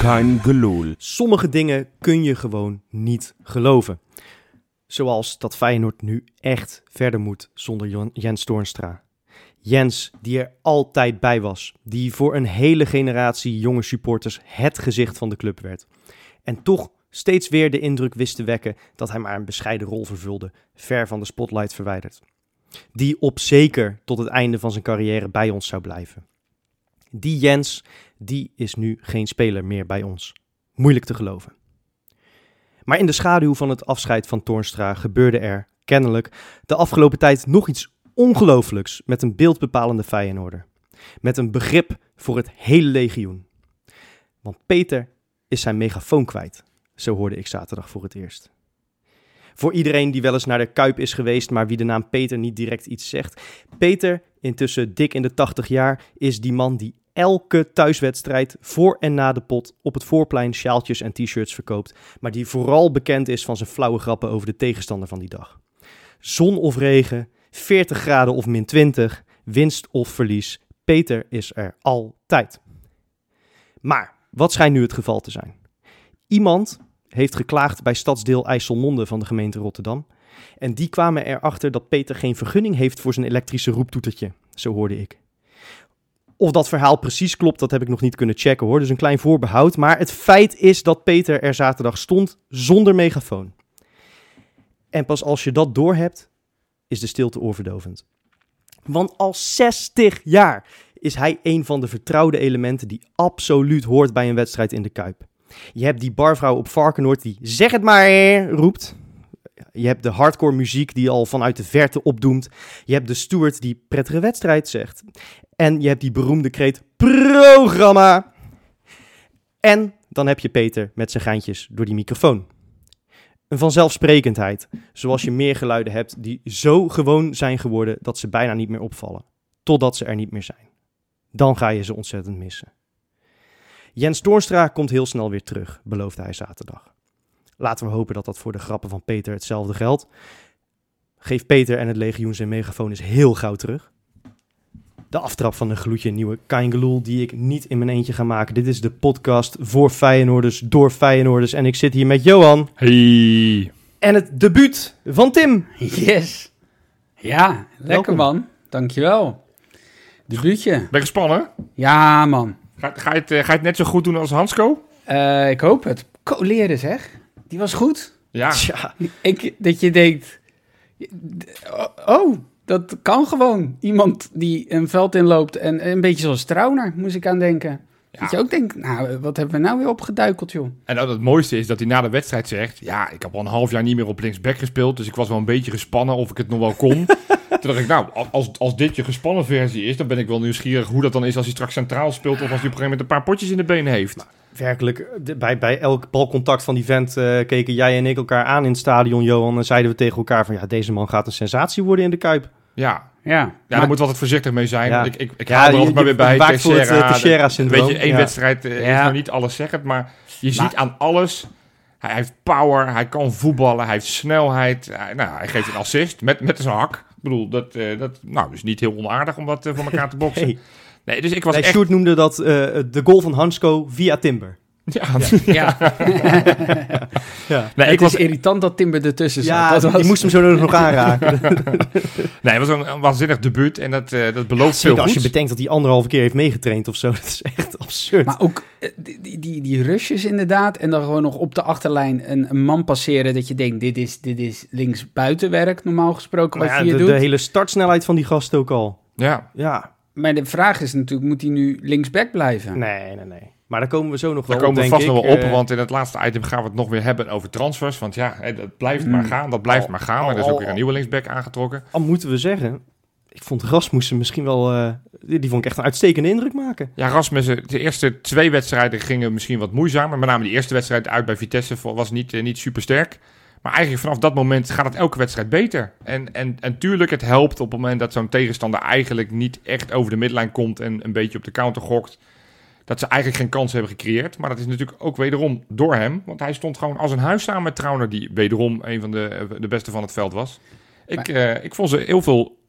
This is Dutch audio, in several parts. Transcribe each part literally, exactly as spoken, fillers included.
Kein gelul. Sommige dingen kun je gewoon niet geloven. Zoals dat Feyenoord nu echt verder moet zonder Jens Toornstra. Jens, die er altijd bij was. Die voor een hele generatie jonge supporters het gezicht van de club werd. En toch steeds weer de indruk wist te wekken dat hij maar een bescheiden rol vervulde, ver van de spotlight verwijderd. Die op zeker tot het einde van zijn carrière bij ons zou blijven. Die Jens, die is nu geen speler meer bij ons. Moeilijk te geloven. Maar in de schaduw van het afscheid van Toornstra gebeurde er, kennelijk, de afgelopen tijd nog iets ongelooflijks met een beeldbepalende Feyenoorder. Met een begrip voor het hele legioen. Want Peter is zijn megafoon kwijt, zo hoorde ik zaterdag voor het eerst. Voor iedereen die wel eens naar de Kuip is geweest, maar wie de naam Peter niet direct iets zegt. Peter, intussen dik in de tachtig jaar, is die man die elke thuiswedstrijd voor en na de pot op het voorplein sjaaltjes en t-shirts verkoopt. Maar die vooral bekend is van zijn flauwe grappen over de tegenstander van die dag. Zon of regen, veertig graden of min twintig, winst of verlies. Peter is er altijd. Maar wat schijnt nu het geval te zijn? Iemand heeft geklaagd bij stadsdeel IJsselmonde van de gemeente Rotterdam. En die kwamen erachter dat Peter geen vergunning heeft voor zijn elektrische roeptoetertje. Zo hoorde ik. Of dat verhaal precies klopt, dat heb ik nog niet kunnen checken hoor. Dus een klein voorbehoud. Maar het feit is dat Peter er zaterdag stond zonder megafoon. En pas als je dat doorhebt, is de stilte oorverdovend. Want al zestig jaar is hij een van de vertrouwde elementen die absoluut hoort bij een wedstrijd in de Kuip. Je hebt die barvrouw op Varkenoord die zeg het maar roept. Je hebt de hardcore muziek die al vanuit de verte opdoemt. Je hebt de steward die prettige wedstrijd zegt. En je hebt die beroemde kreet programma. En dan heb je Peter met zijn geintjes door die microfoon. Een vanzelfsprekendheid, zoals je meer geluiden hebt die zo gewoon zijn geworden dat ze bijna niet meer opvallen. Totdat ze er niet meer zijn. Dan ga je ze ontzettend missen. Jens Toornstra komt heel snel weer terug, beloofde hij zaterdag. Laten we hopen dat dat voor de grappen van Peter hetzelfde geldt. Geef Peter en het legioen zijn megafoon eens heel gauw terug. De aftrap van een gloedje nieuwe Kein gelul die ik niet in mijn eentje ga maken. Dit is de podcast voor Feyenoorders, door Feyenoorders. En ik zit hier met Johan. Hey. En het debuut van Tim. Yes. Ja, lekker Welkom. man. Dankjewel. Debuutje. Ben je gespannen? Ja man. Ga, ga, je het, eh, ga je het net zo goed doen als Hansko? Uh, ik hoop het. Coleren zeg. Die was goed. Ja. Tja, Ik, dat je denkt... Oh, dat kan gewoon. Iemand die een veld inloopt en een beetje zoals Trauner, moest ik aan denken. Ja. Dat je ook denkt, nou, wat hebben we nou weer opgeduikeld, joh. En nou, het mooiste is dat hij na de wedstrijd zegt... Ja, ik heb al een half jaar niet meer op linksback gespeeld... dus ik was wel een beetje gespannen of ik het nog wel kon. Toen dacht ik, nou, als, als dit je gespannen versie is... dan ben ik wel nieuwsgierig hoe dat dan is als hij straks centraal speelt... of als hij op een gegeven moment een paar potjes in de benen heeft. werkelijk, de, bij, bij elk balcontact van die vent uh, keken jij en ik elkaar aan in het stadion, Johan. En zeiden we tegen elkaar van, ja, deze man gaat een sensatie worden in de Kuip. Ja, Ja, ja maar- daar moeten we altijd voorzichtig mee zijn. Ja. Ik, ik, ik Ja, haal er je- altijd maar je weer bij. waakt voor het, Teixeira, uh, Teixeira-syndroom. Weet je, één Ja. wedstrijd uh, Ja. is nog niet alles zeggend, maar je Maar- ziet aan alles... Hij heeft power, hij kan voetballen, hij heeft snelheid. Hij, nou, hij geeft een assist met, met zijn hak. Ik bedoel, dat, uh, dat nou, is niet heel onaardig om dat uh, voor elkaar te boksen. Hey. Nee, dus ik was Nee, echt... Sjoerd noemde dat uh, de goal van Hansko via Timber. Ja, Ja. Ja, nee, Het ik was, is irritant dat Timber ertussen zat. ja dat die was... moest hem zo nodig nog aanraken. nee, het was een, een waanzinnig debuut en dat, uh, dat belooft veel Zeker als je goeds. bedenkt dat hij anderhalve keer heeft meegetraind of zo. Dat is echt absurd. Maar ook eh, die, die, die, die rushes inderdaad. En dan gewoon nog op de achterlijn een, een man passeren. Dat je denkt, dit is, dit is linksbuitenwerk normaal gesproken Maar wat ja, je hier de, doet. de hele startsnelheid van die gast ook al. Ja, Ja, Maar de vraag is natuurlijk, moet hij nu linksback blijven? nee, nee, nee. Maar daar komen we zo nog wel daar komen op, we denk vast nog ik. wel op, Eh, want in het laatste item gaan we het nog weer hebben over transfers. Want ja, hè, dat blijft Hmm. maar gaan, dat blijft Al- maar gaan. al- Er is ook al- weer een nieuwe linksback aangetrokken. Al moeten we zeggen, ik vond Rasmussen misschien wel... eh, die, die vond ik echt een uitstekende indruk maken. Ja, Rasmussen, de eerste twee wedstrijden gingen misschien wat moeizamer. Met name die eerste wedstrijd uit bij Vitesse was niet, eh, niet super sterk. Maar eigenlijk vanaf dat moment gaat het elke wedstrijd beter. En, en, en tuurlijk, het helpt op het moment dat zo'n tegenstander eigenlijk niet echt over de midlijn komt en een beetje op de counter gokt. Dat ze eigenlijk geen kans hebben gecreëerd. Maar dat is natuurlijk ook wederom door hem. Want hij stond gewoon als een huis samen met Trauner, die wederom een van de, de beste van het veld was. Ik, Maar- eh, ik vond ze heel veel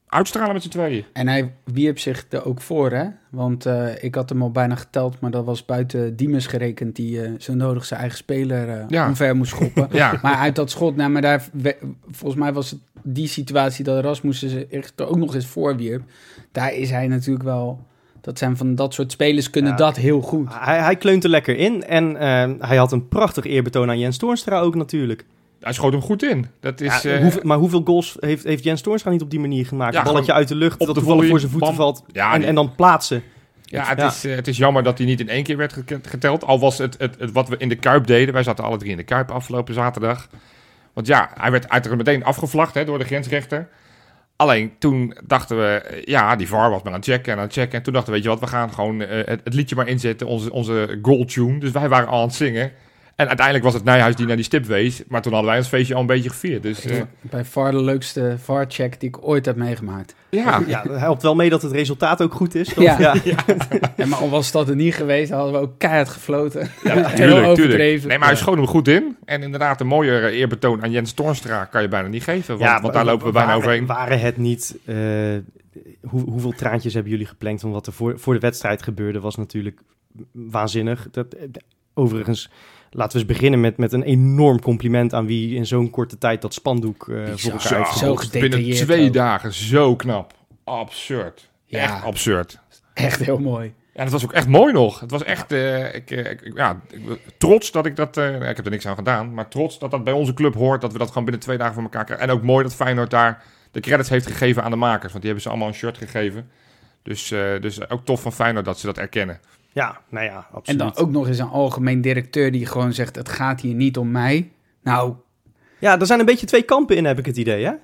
uitstralen met z'n tweeën. En hij wierp zich er ook voor, hè? Want uh, ik had hem al bijna geteld, maar dat was buiten Diemers gerekend, die uh, zo nodig zijn eigen speler uh, ja. omver moest schoppen. ja. Maar uit dat schot, nou, maar daar, volgens mij was het die situatie dat Rasmussen zich er ook nog eens voorwierp. Daar is hij natuurlijk wel... Dat zijn van dat soort spelers kunnen ja. dat heel goed. Hij, hij kleunt er lekker in en uh, hij had een prachtig eerbetoon aan Jens Toornstra ook natuurlijk. Hij schoot hem goed in. Dat is, ja, uh, hoeveel, maar hoeveel goals heeft, heeft Jens Toornstra niet op die manier gemaakt? Ja, balletje uit de lucht, op dat de toevallig volley, voor zijn voeten bam. valt Ja, en, die... en dan plaatsen. Ja, het, ja. Is, uh, het is jammer dat hij niet in één keer werd geteld. Al was het, het, het wat we in de Kuip deden. Wij zaten alle drie in de Kuip afgelopen zaterdag. Want ja, hij werd uiteraard meteen afgevlacht hè, door de grensrechter. Alleen toen dachten we, ja, die V A R was maar aan het checken en aan het checken. En toen dachten we, weet je wat, we gaan gewoon uh, het, het liedje maar inzetten, onze, onze goal tune. Dus wij waren al aan het zingen. En uiteindelijk was het Nijhuis die naar die stip wees. Maar toen hadden wij ons feestje al een beetje gevierd. Dus, uh... Bij V A R de leukste V A R-check die ik ooit heb meegemaakt. Ja, ja, dat helpt wel mee dat het resultaat ook goed is. Ja. Ja. Ja. Ja, maar al was dat er niet geweest, hadden we ook keihard gefloten. Ja, tuurlijk, tuurlijk. Nee, maar hij schoot hem goed in. En inderdaad, een mooier eerbetoon aan Jens Toornstra kan je bijna niet geven. Want, ja, want daar lopen we bijna waren, overheen. Waren het niet... Uh, hoe, hoeveel traantjes hebben jullie geplenkt? Want wat er voor, voor de wedstrijd gebeurde was natuurlijk waanzinnig. Dat, overigens... Laten we eens beginnen met, met een enorm compliment aan wie in zo'n korte tijd dat spandoek uh, voor elkaar heeft zo gedetailleerd. Binnen twee ook. dagen, zo knap. Absurd. Ja. Echt absurd. Echt heel mooi. Ja, dat was ook echt mooi nog. Het was echt, uh, ik, ik, ja, ik, trots dat ik dat, uh, ik heb er niks aan gedaan, maar trots dat dat bij onze club hoort, dat we dat gewoon binnen twee dagen voor elkaar krijgen. En ook mooi dat Feyenoord daar de credits heeft gegeven aan de makers, want die hebben ze allemaal een shirt gegeven. Dus, uh, dus ook tof van Feyenoord dat ze dat erkennen. Ja, nou ja, absoluut. En dan ook nog eens een algemeen directeur die gewoon zegt, het gaat hier niet om mij. Nou... Ja, er zijn een beetje twee kampen in, heb ik het idee, hè?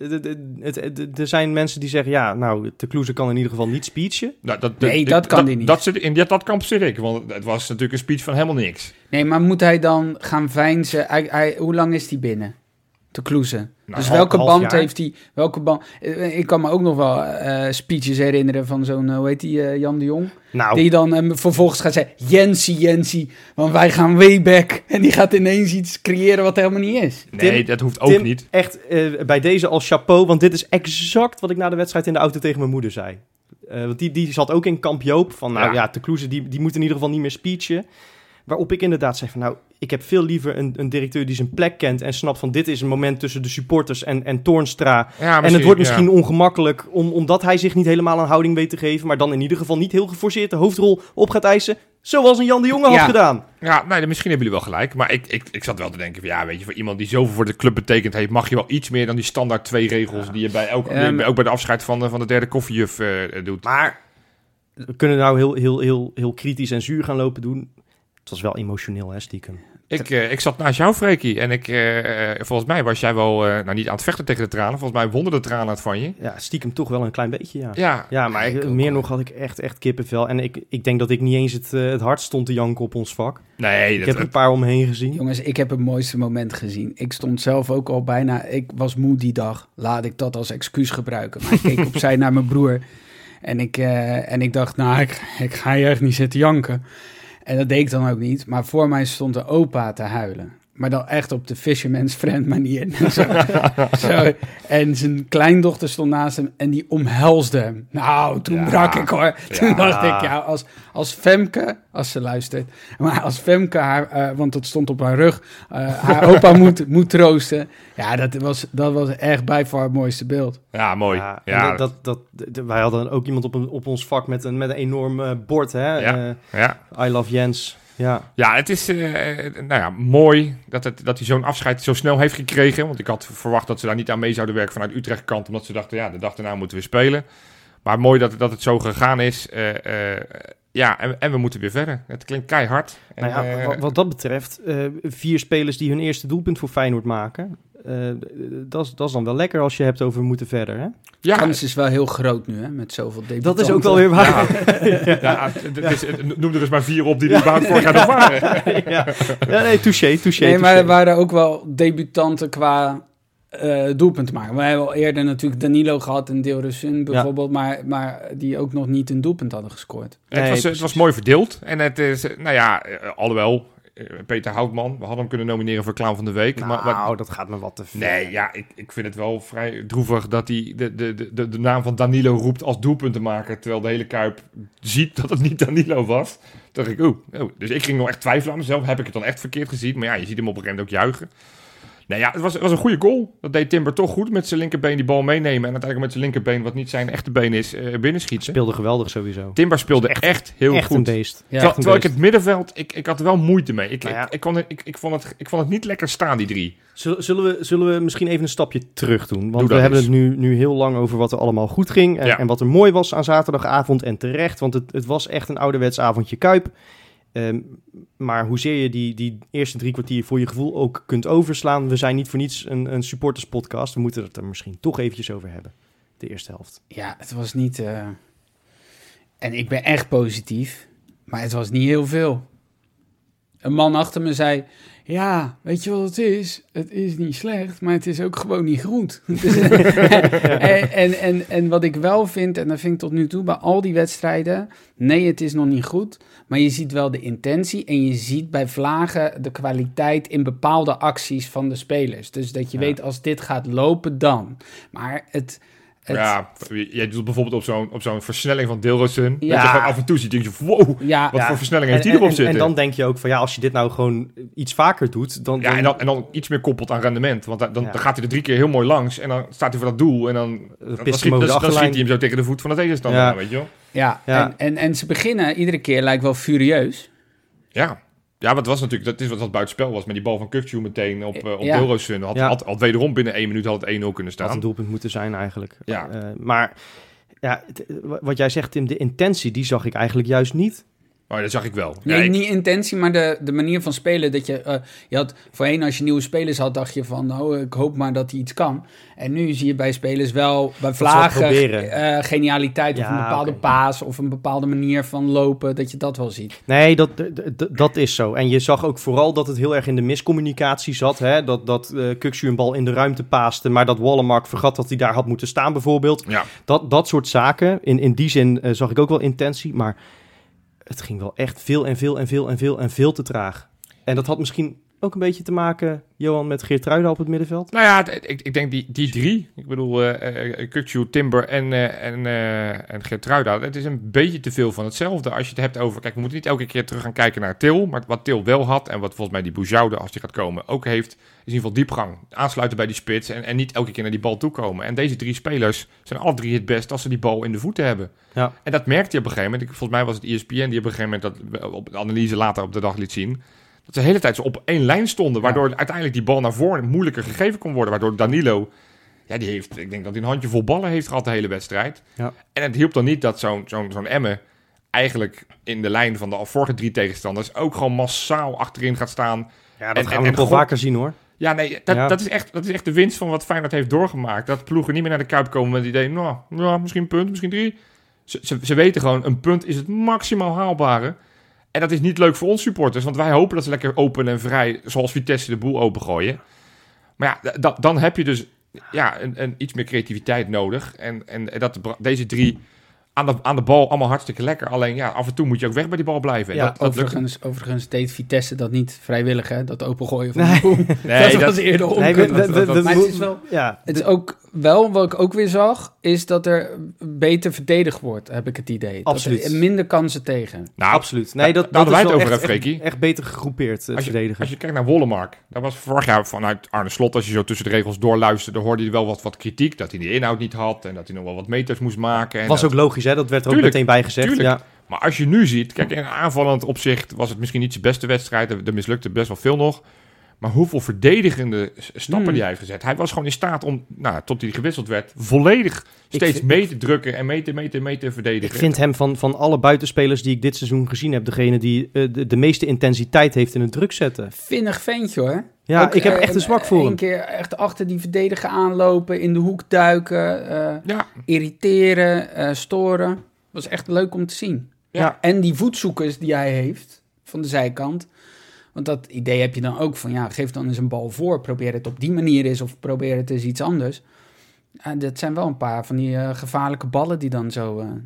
Er zijn mensen die zeggen, ja, nou, de Kloeze kan in ieder geval niet speechen. Nou, dat, nee, de, dat kan dat, hij niet. Dat zit, in dat, dat kamp zit ik, want het was natuurlijk een speech van helemaal niks. Nee, maar moet hij dan gaan veinzen? Hij, hij, hoe lang is hij binnen? De Kloeze. Nou, dus welke half band jaar. heeft hij? Welke band? Ik kan me ook nog wel uh, speeches herinneren van zo'n, hoe heet die, uh, Jan de Jong? Nou. Die dan um, vervolgens gaat zeggen, Jensie, Jensie, want wij gaan way back. En die gaat ineens iets creëren wat helemaal niet is. Nee, Tim, dat hoeft ook Tim, niet. Echt, uh, bij deze als chapeau, want dit is exact wat ik na de wedstrijd in de auto tegen mijn moeder zei. Uh, want die, die zat ook in kamp Joop, van nou ja, ja de Kloeze, die, die moet in ieder geval niet meer speechen. Waarop ik inderdaad zeg van nou, ik heb veel liever een, een directeur die zijn plek kent en snapt van dit is een moment tussen de supporters en, en Toornstra. Ja, en het wordt misschien ja. ongemakkelijk om, omdat hij zich niet helemaal een houding weet te geven, maar dan in ieder geval niet heel geforceerd de hoofdrol op gaat eisen, zoals een Jan de Jonge ja. had gedaan. Ja, nee, misschien hebben jullie wel gelijk, maar ik, ik, ik zat wel te denken van ja, weet je, voor iemand die zoveel voor de club betekend heeft, mag je wel iets meer dan die standaard twee regels ja. die je bij elk, um, ook bij de afscheid van de, van de derde koffiejuf uh, doet. Maar we kunnen nou heel, heel, heel, heel kritisch en zuur gaan lopen doen. Het was wel emotioneel, hè, stiekem. Ik, uh, ik zat naast jou, Freekie. En ik, uh, volgens mij was jij wel, uh, nou niet aan het vechten tegen de tranen. Volgens mij wonnen de tranen het van je. Ja, stiekem toch wel een klein beetje, ja. Ja, ja maar ik, meer nog had ik echt, echt kippenvel. En ik, ik denk dat ik niet eens het, uh, het hardst stond te janken op ons vak. Nee. Ik dat, heb er een paar om me heen gezien. Jongens, ik heb het mooiste moment gezien. Ik stond zelf ook al bijna... Ik was moe die dag. Laat ik dat als excuus gebruiken. Maar ik keek opzij naar mijn broer. En ik, uh, en ik dacht, nou, ik, ik ga hier echt niet zitten janken. En dat deed ik dan ook niet. Maar voor mij stond de opa te huilen. Maar dan echt op de fisherman's friend manier. Zo, zo. En zijn kleindochter stond naast hem en die omhelsde hem. Nou, toen ja, brak ik hoor. Toen ja. dacht ik, ja, als, als Femke, als ze luistert... Maar als Femke haar, uh, want dat stond op haar rug... Uh, haar opa moet, moet troosten. Ja, dat was, dat was echt bij far het mooiste beeld. Ja, mooi. Ja, ja. Dat, dat, dat, wij hadden ook iemand op, een, op ons vak met een, met een enorm uh, bord. Hè? Ja. Uh, ja. I love Jens. Ja, ja het is uh, nou ja, mooi dat, het, dat hij zo'n afscheid zo snel heeft gekregen. Want ik had verwacht dat ze daar niet aan mee zouden werken vanuit Utrecht kant. Omdat ze dachten, ja, de dag daarna moeten we spelen. Maar mooi dat, dat het zo gegaan is. Uh, uh, ja, en, en we moeten weer verder. Het klinkt keihard. En, nou ja, uh, wat, wat dat betreft, uh, vier spelers die hun eerste doelpunt voor Feyenoord maken. Uh, dat is dan wel lekker als je hebt over moeten verder, hè? Ja, de kans is wel heel groot nu, hè, met zoveel debutanten. Dat is ook wel weer waar. Ja, ja, ja, ja. Is, noem er eens maar vier op die er ja. vorig jaar nog waren. Ja, ja nee, touché, touché. Nee, maar touché. er waren ook wel debutanten qua uh, doelpunten maken. We hebben al eerder natuurlijk Danilo gehad en Deelrusun bijvoorbeeld, ja. maar, maar die ook nog niet een doelpunt hadden gescoord. Nee, het, was, het was mooi verdeeld. En het is, nou ja, alhoewel... Peter Houtman. We hadden hem kunnen nomineren voor Clown van de Week. Nou, maar, maar, dat gaat me wat te ver. nee, ja, ik, ik vind het wel vrij droevig dat hij de, de, de, de naam van Danilo roept als doelpuntenmaker, terwijl de hele Kuip ziet dat het niet Danilo was. Toen dacht ik, oeh. Oh. Dus ik ging nog echt twijfelen aan mezelf. Heb ik het dan echt verkeerd gezien? Maar ja, je ziet hem op een gegeven moment ook juichen. Nee, ja, het was, het was een goede goal. Dat deed Timber toch goed met zijn linkerbeen die bal meenemen. En uiteindelijk met zijn linkerbeen, wat niet zijn echte been is, uh, binnenschieten. Speelde geweldig sowieso. Timber speelde echt, echt heel echt goed. Een beest. Ja, terwijl echt een terwijl ik beest. het middenveld, ik, ik had er wel moeite mee. Ik, Nou ja. ik, ik, kon het, ik, ik, vond het, ik vond het niet lekker staan, die drie. Zullen, zullen, we, zullen we misschien even een stapje terug doen? Want Doe we dat hebben eens. het nu, nu heel lang over wat er allemaal goed ging. En, Ja. en wat er mooi was aan zaterdagavond. En terecht, want het, het was echt een ouderwets avondje Kuip. Um, maar hoezeer je die, die eerste drie kwartier voor je gevoel ook kunt overslaan. We zijn niet voor niets een, een supporterspodcast. We moeten het er misschien toch eventjes over hebben. De eerste helft. Ja, het was niet... Uh... En ik ben echt positief, maar het was niet heel veel. Een man achter me zei... Ja, weet je wat het is? Het is niet slecht, maar het is ook gewoon niet goed. Dus, en, en, en, en wat ik wel vind, en dat vind ik tot nu toe bij al die wedstrijden... Nee, het is nog niet goed, maar je ziet wel de intentie... en je ziet bij Vlagen de kwaliteit in bepaalde acties van de spelers. Dus dat je Ja. weet, als dit gaat lopen, dan. Maar het... Het, Ja, jij doet bijvoorbeeld op zo'n, op zo'n versnelling van Dilrosun. Ja. Dat je gewoon af en toe ziet, denk je, wow, ja, wat Ja. voor versnelling heeft En, die erop en, zitten? en dan denk je ook van ja, als je dit nou gewoon iets vaker doet, dan... Ja, en dan, en dan iets meer koppelt aan rendement. Want dan, dan, Ja. dan gaat hij er drie keer heel mooi langs. En dan staat hij voor dat doel. En dan, dan, dan, pist schiet, hem over dan, de dan schiet achterlijn. hij hem zo tegen de voet van de tegenstander Ja. aan, weet je wel. ja, Ja. En, en, en ze beginnen iedere keer lijkt wel furieus. Ja. Ja, maar het was natuurlijk, dat is wat dat buitenspel was. Met die bal van Kukçu meteen op, uh, op Ja. Dilrosun. Had, Ja. had, had wederom binnen één minuut had het één nul kunnen had een staan. doelpunt moeten zijn eigenlijk. Ja. Uh, maar ja, het, wat jij zegt Tim, de intentie, die zag ik eigenlijk juist niet. Maar dat zag ik wel. Nee, Ja, ik- niet intentie, maar de, de manier van spelen. Dat je, uh, je had voorheen als je nieuwe spelers had, dacht je van, nou, ik hoop maar dat hij iets kan. En nu zie je bij spelers wel, bij ze wat Vlagen, proberen. uh, genialiteit of Ja, een bepaalde oké. paas of een bepaalde manier van lopen, dat je dat wel ziet. Nee, dat, d- d- dat is zo. En je zag ook vooral dat het heel erg in de miscommunicatie zat. Hè? Dat, dat uh, Kukçu een bal in de ruimte paaste, maar dat Wallenmark vergat dat hij daar had moeten staan bijvoorbeeld. ja. Dat, dat soort zaken. In, in die zin uh, zag ik ook wel intentie, maar het ging wel echt veel en veel en veel en veel en veel te traag. En dat had misschien ook een beetje te maken, Johan, met Geertruida op het middenveld. Nou ja, het- ik, ik denk die, die drie. Ik bedoel, uh, uh, Kukçu, Timber en, uh, en, uh, en Geertruida. Het is een beetje te veel van hetzelfde. Als je het hebt over... Kijk, we moeten niet elke keer terug gaan kijken naar Til. Maar wat Til wel had en wat volgens mij die Boujoude, als die gaat komen, ook heeft, is in ieder geval diepgang. Aansluiten bij die spits en, en niet elke keer naar die bal toekomen. En deze drie spelers zijn alle drie het best als ze die bal in de voeten hebben. Ja. En dat merkte je op een gegeven moment. Ik, volgens mij was het E S P N die op een gegeven moment dat op de analyse later op de dag liet zien. Dat ze de hele tijd zo op één lijn stonden. Waardoor uiteindelijk die bal naar voren moeilijker gegeven kon worden. Waardoor Danilo, ja, die heeft, ik denk dat hij een handjevol ballen heeft gehad de hele wedstrijd. Ja. En het hielp dan niet dat zo'n zo'n zo'n Emmen eigenlijk in de lijn van de vorige drie tegenstanders ook gewoon massaal achterin gaat staan. Ja, dat En- gaan en- we en nog wel God- vaker zien hoor. Ja, nee, dat, Ja. Dat, is echt, dat is echt de winst van wat Feyenoord heeft doorgemaakt. Dat ploegen niet meer naar de Kuip komen met het idee, nou, ja, misschien een punt, misschien drie. Ze, ze, ze weten gewoon, een punt is het maximaal haalbare. En dat is niet leuk voor ons supporters, want wij hopen dat ze lekker open en vrij, zoals Vitesse, de boel opengooien. Maar ja, da- dan heb je dus ja, een, een iets meer creativiteit nodig. En, en dat, deze drie aan de, aan de bal allemaal hartstikke lekker. Alleen ja, af en toe moet je ook weg bij die bal blijven. En Ja, dat, dat lukt Overigens, overigens deed Vitesse dat niet vrijwillig, hè? Dat opengooien van Nee. de boel. Nee, dat was dat- eerder om. Nee, we, we, we, we- maar het is wel... ja, Het is ook wel, wat ik ook weer zag, is dat er beter verdedigd wordt, heb ik het idee. Absoluut. Dat er minder kansen tegen. Nou, absoluut. Nee, dat, daar dat hadden wij is het wel over, echt, hè, Freekie? echt, echt beter gegroepeerd, het Als je, verdedigen. als je kijkt naar Wollemark, dat was vorig jaar vanuit Arne Slot, als je zo tussen de regels doorluisterde, hoorde je wel wat, wat kritiek, dat hij de inhoud niet had en dat hij nog wel wat meters moest maken. En was dat, ook logisch, hè? Dat werd er ook Tuurlijk, meteen bij gezegd. tuurlijk. Ja. Maar als je nu ziet, kijk, in aanvallend opzicht was het misschien niet zijn beste wedstrijd, er, er mislukte best wel veel nog. Maar hoeveel verdedigende s- stappen Hmm. die hij heeft gezet. Hij was gewoon in staat om, nou, tot hij gewisseld werd, volledig steeds vind- mee te drukken en mee te, mee te, mee te verdedigen. Ik vind hem van, van alle buitenspelers die ik dit seizoen gezien heb, degene die uh, de, de meeste intensiteit heeft in het druk zetten. Vinnig ventje, hoor. Ja, Ook, ik heb eh, echt een zwak voor Een hem. keer echt achter die verdediger aanlopen, in de hoek duiken, eh, Ja, irriteren, eh, storen. Was echt leuk om te zien. ja. En die voetzoekers die hij heeft, van de zijkant. Want dat idee heb je dan ook van, ja, geef dan eens een bal voor. Probeer het op die manier eens of probeer het eens iets anders. En dat zijn wel een paar van die uh, gevaarlijke ballen die dan zo uh,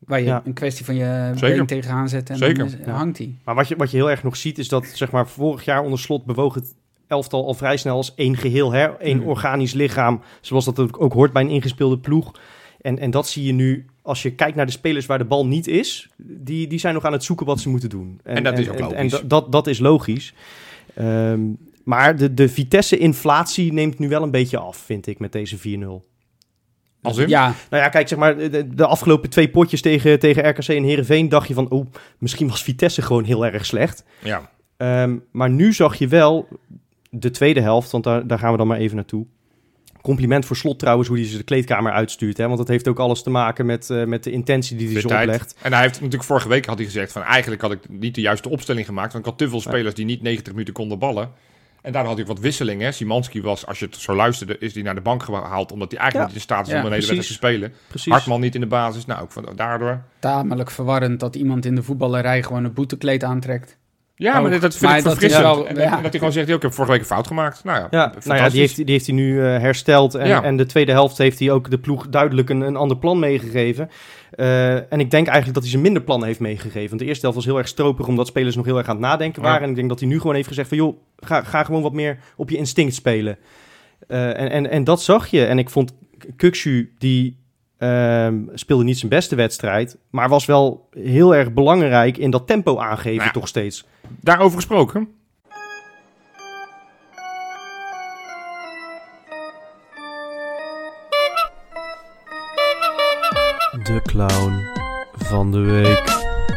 Waar je Ja. een kwestie van je Zeker. been tegenaan zet en Zeker. dan is- Ja. hangt hij. Maar wat je, wat je heel erg nog ziet is dat zeg maar vorig jaar onder Slot bewoog het elftal al vrij snel als één geheel, hè? één Mm. organisch lichaam, zoals dat ook ook hoort bij een ingespeelde ploeg. En, en dat zie je nu, als je kijkt naar de spelers waar de bal niet is, die, die zijn nog aan het zoeken wat ze moeten doen. En dat is ook logisch. En, dat- dat, dat is logisch. Ehm, maar de, de Vitesse-inflatie neemt nu wel een beetje af, vind ik, met deze vier nul. Als in? Ja, Nou ja, kijk, zeg maar, de, de afgelopen twee potjes tegen, tegen R K C en Heerenveen dacht je van, oh, misschien was Vitesse gewoon heel erg slecht. Ja. Ehm, maar nu zag je wel de tweede helft, want daar, daar gaan we dan maar even naartoe. Compliment voor Slot trouwens, hoe hij ze de kleedkamer uitstuurt. Hè? Want dat heeft ook alles te maken met, uh, met de intentie die hij ze Fitheid. oplegt. En hij heeft natuurlijk vorige week had hij gezegd van eigenlijk had ik niet de juiste opstelling gemaakt. Want ik had te veel spelers die niet negentig minuten konden ballen. En daar had ik wat wisselingen. Hè. Simanski was, als je het zo luisterde, is hij naar de bank gehaald. Omdat hij eigenlijk Ja. niet in staat is Ja, om een hele precies. wedstrijd te spelen. Precies. Hartman niet in de basis. Nou, ook van, daardoor. tamelijk verwarrend dat iemand in de voetballerij gewoon een boetekleed aantrekt. Ja, Ook. maar dat vind Maar ik dat is verfrissend. wel- en, ja. en dat hij gewoon zegt, "Yo, ik heb vorige week een fout gemaakt. Nou ja, Ja, nou ja, fantastisch. die heeft, die heeft hij nu uh, hersteld. En, Ja. en de tweede helft heeft hij ook de ploeg duidelijk een, een ander plan meegegeven. Uh, en ik denk eigenlijk dat hij ze minder plannen heeft meegegeven. Want de eerste helft was heel erg stropig, omdat spelers nog heel erg aan het nadenken Ja. waren. En ik denk dat hij nu gewoon heeft gezegd van, joh, ga, ga gewoon wat meer op je instinct spelen. Uh, en, en, en dat zag je. En ik vond Kukçu, die um, speelde niet zijn beste wedstrijd, maar was wel heel erg belangrijk in dat tempo aangeven Nou ja. toch steeds. Daarover gesproken. De clown van de week.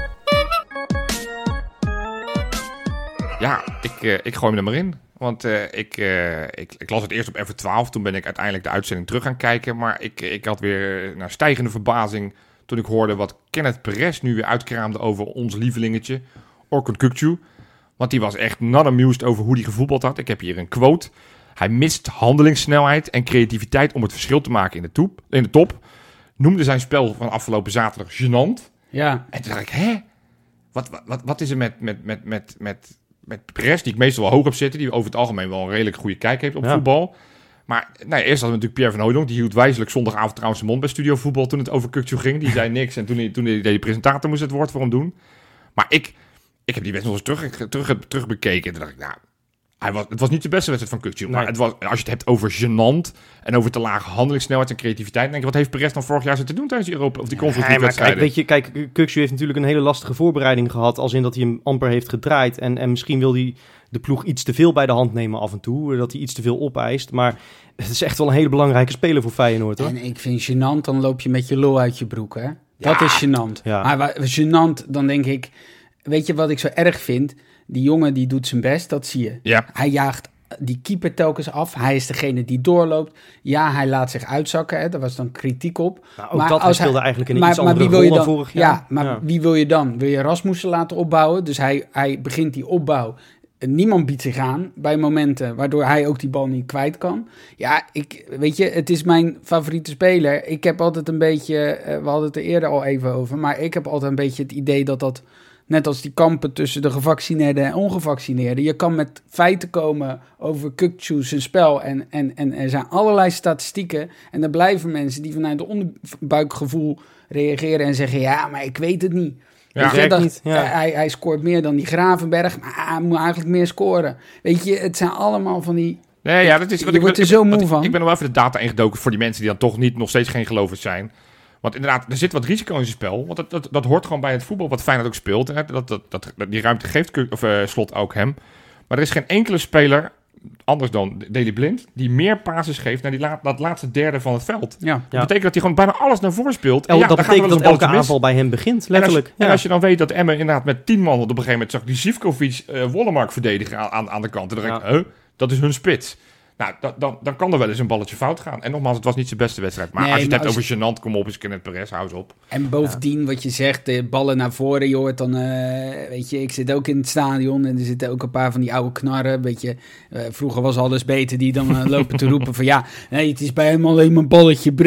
Ja, ik, uh, ik gooi hem er maar in. Want uh, ik, uh, ik, ik las het eerst op F twaalf. Toen ben ik uiteindelijk de uitzending terug gaan kijken. Maar ik, ik had weer naar stijgende verbazing toen ik hoorde wat Kenneth Perez nu weer uitkraamde over ons lievelingetje, Orkun Kukçu. Want die was echt not amused over hoe hij gevoetbald had. Ik heb hier een quote. Hij mist handelingssnelheid en creativiteit om het verschil te maken in de, toep, in de top. Noemde zijn spel van afgelopen zaterdag gênant. Ja. En toen dacht ik, hè? Wat, wat, wat, wat is er met, met, met, met, met, met Perez, die ik meestal wel hoog heb zitten, die over het algemeen wel een redelijk goede kijk heeft op ja. voetbal. Maar nou, eerst hadden we natuurlijk Pierre van Hooijdonk. Die hield wijselijk zondagavond trouwens zijn mond bij Studio Voetbal toen het over Kukçu ging. Die zei niks en toen, hij, toen hij, de presentator moest het woord voor hem doen. Maar ik, ik heb die wedstrijd nog eens terug, terug, terug bekeken. En toen dacht ik, nou, hij was, het was niet de beste wedstrijd van Kukçu. Nee. Maar het was, als je het hebt over gênant en over te lage handelingssnelheid en creativiteit, denk ik, wat heeft Perez dan vorig jaar zitten doen tijdens die Europa of die Conference League wedstrijden? Kijk, weet je, kijk, Kukçu heeft natuurlijk een hele lastige voorbereiding gehad, als in dat hij hem amper heeft gedraaid. En, en misschien wil hij de ploeg iets te veel bij de hand nemen af en toe, dat hij iets te veel opeist. Maar het is echt wel een hele belangrijke speler voor Feyenoord, hoor. En ik vind gênant, dan loop je met je lul uit je broek, hè? Dat Ja. is gênant. Ja. Maar wa- gênant, dan denk ik, weet je wat ik zo erg vind? Die jongen die doet zijn best, dat zie je. Ja. Hij jaagt die keeper telkens af. Hij is degene die doorloopt. Ja, hij laat zich uitzakken. Hè. Daar was dan kritiek op. Nou, ook Maar dat, hij als speelde hij- eigenlijk in een maar, iets maar andere wie wil rol je dan dan? vorig jaar. Ja, maar Ja. wie wil je dan? Wil je Rasmussen laten opbouwen? Dus hij, hij begint die opbouw. Niemand biedt zich aan bij momenten waardoor hij ook die bal niet kwijt kan. Ja, ik, weet je, het is mijn favoriete speler. Ik heb altijd een beetje, uh, we hadden het er eerder al even over, maar ik heb altijd een beetje het idee dat dat, net als die kampen tussen de gevaccineerden en ongevaccineerden, je kan met feiten komen over Kukçu zijn spel en, en, en er zijn allerlei statistieken en er blijven mensen die vanuit het onderbuikgevoel reageren en zeggen, ja, maar ik weet het niet. Ja, Weet je, werkt dat, niet, ja. hij, hij scoort meer dan die Gravenberg, maar hij moet eigenlijk meer scoren. Weet je, het zijn allemaal van die... Nee, ja, dat is Je wat ik wordt wil- er zo ik- moe wat- van. Ik ben nog wel even de data ingedoken voor die mensen die dan toch niet nog steeds geen gelovers zijn. Want inderdaad, er zit wat risico in zijn spel. Want dat, dat, dat hoort gewoon bij het voetbal wat Feyenoord ook speelt. Hè. Dat, dat, dat, dat, die ruimte geeft Kuk- of, uh, Slot ook hem. Maar er is geen enkele speler, anders dan Daley Blind, die meer passes geeft naar die la- dat laatste derde van het veld. Ja. Dat Ja. betekent dat hij gewoon bijna alles naar voren speelt. En El- ja, dat dan gaat er betekent wel dat eens een elke balletje mis. aanval bij hem begint, En als, letterlijk. en Ja. als je dan weet dat Emmen inderdaad met tien man, want op een gegeven moment zag ik die Zivkovic uh, Wollemark verdedigen aan, aan, aan de kant. En dan dacht ik, Ja. huh, dat is hun spits. Nou, da, dan, dan kan er wel eens een balletje fout gaan. En nogmaals, het was niet zijn beste wedstrijd. Maar Nee, als je het maar hebt over gênant, kom op, is Kenneth Perez, hou eens op. En bovendien, wat je zegt, de ballen naar voren, je hoort dan, uh, weet je, ik zit ook in het stadion en er zitten ook een paar van die oude knarren, weet je, uh, vroeger was alles beter, die dan uh, lopen te roepen van ja, nee, het is bij hem alleen maar een balletje breed.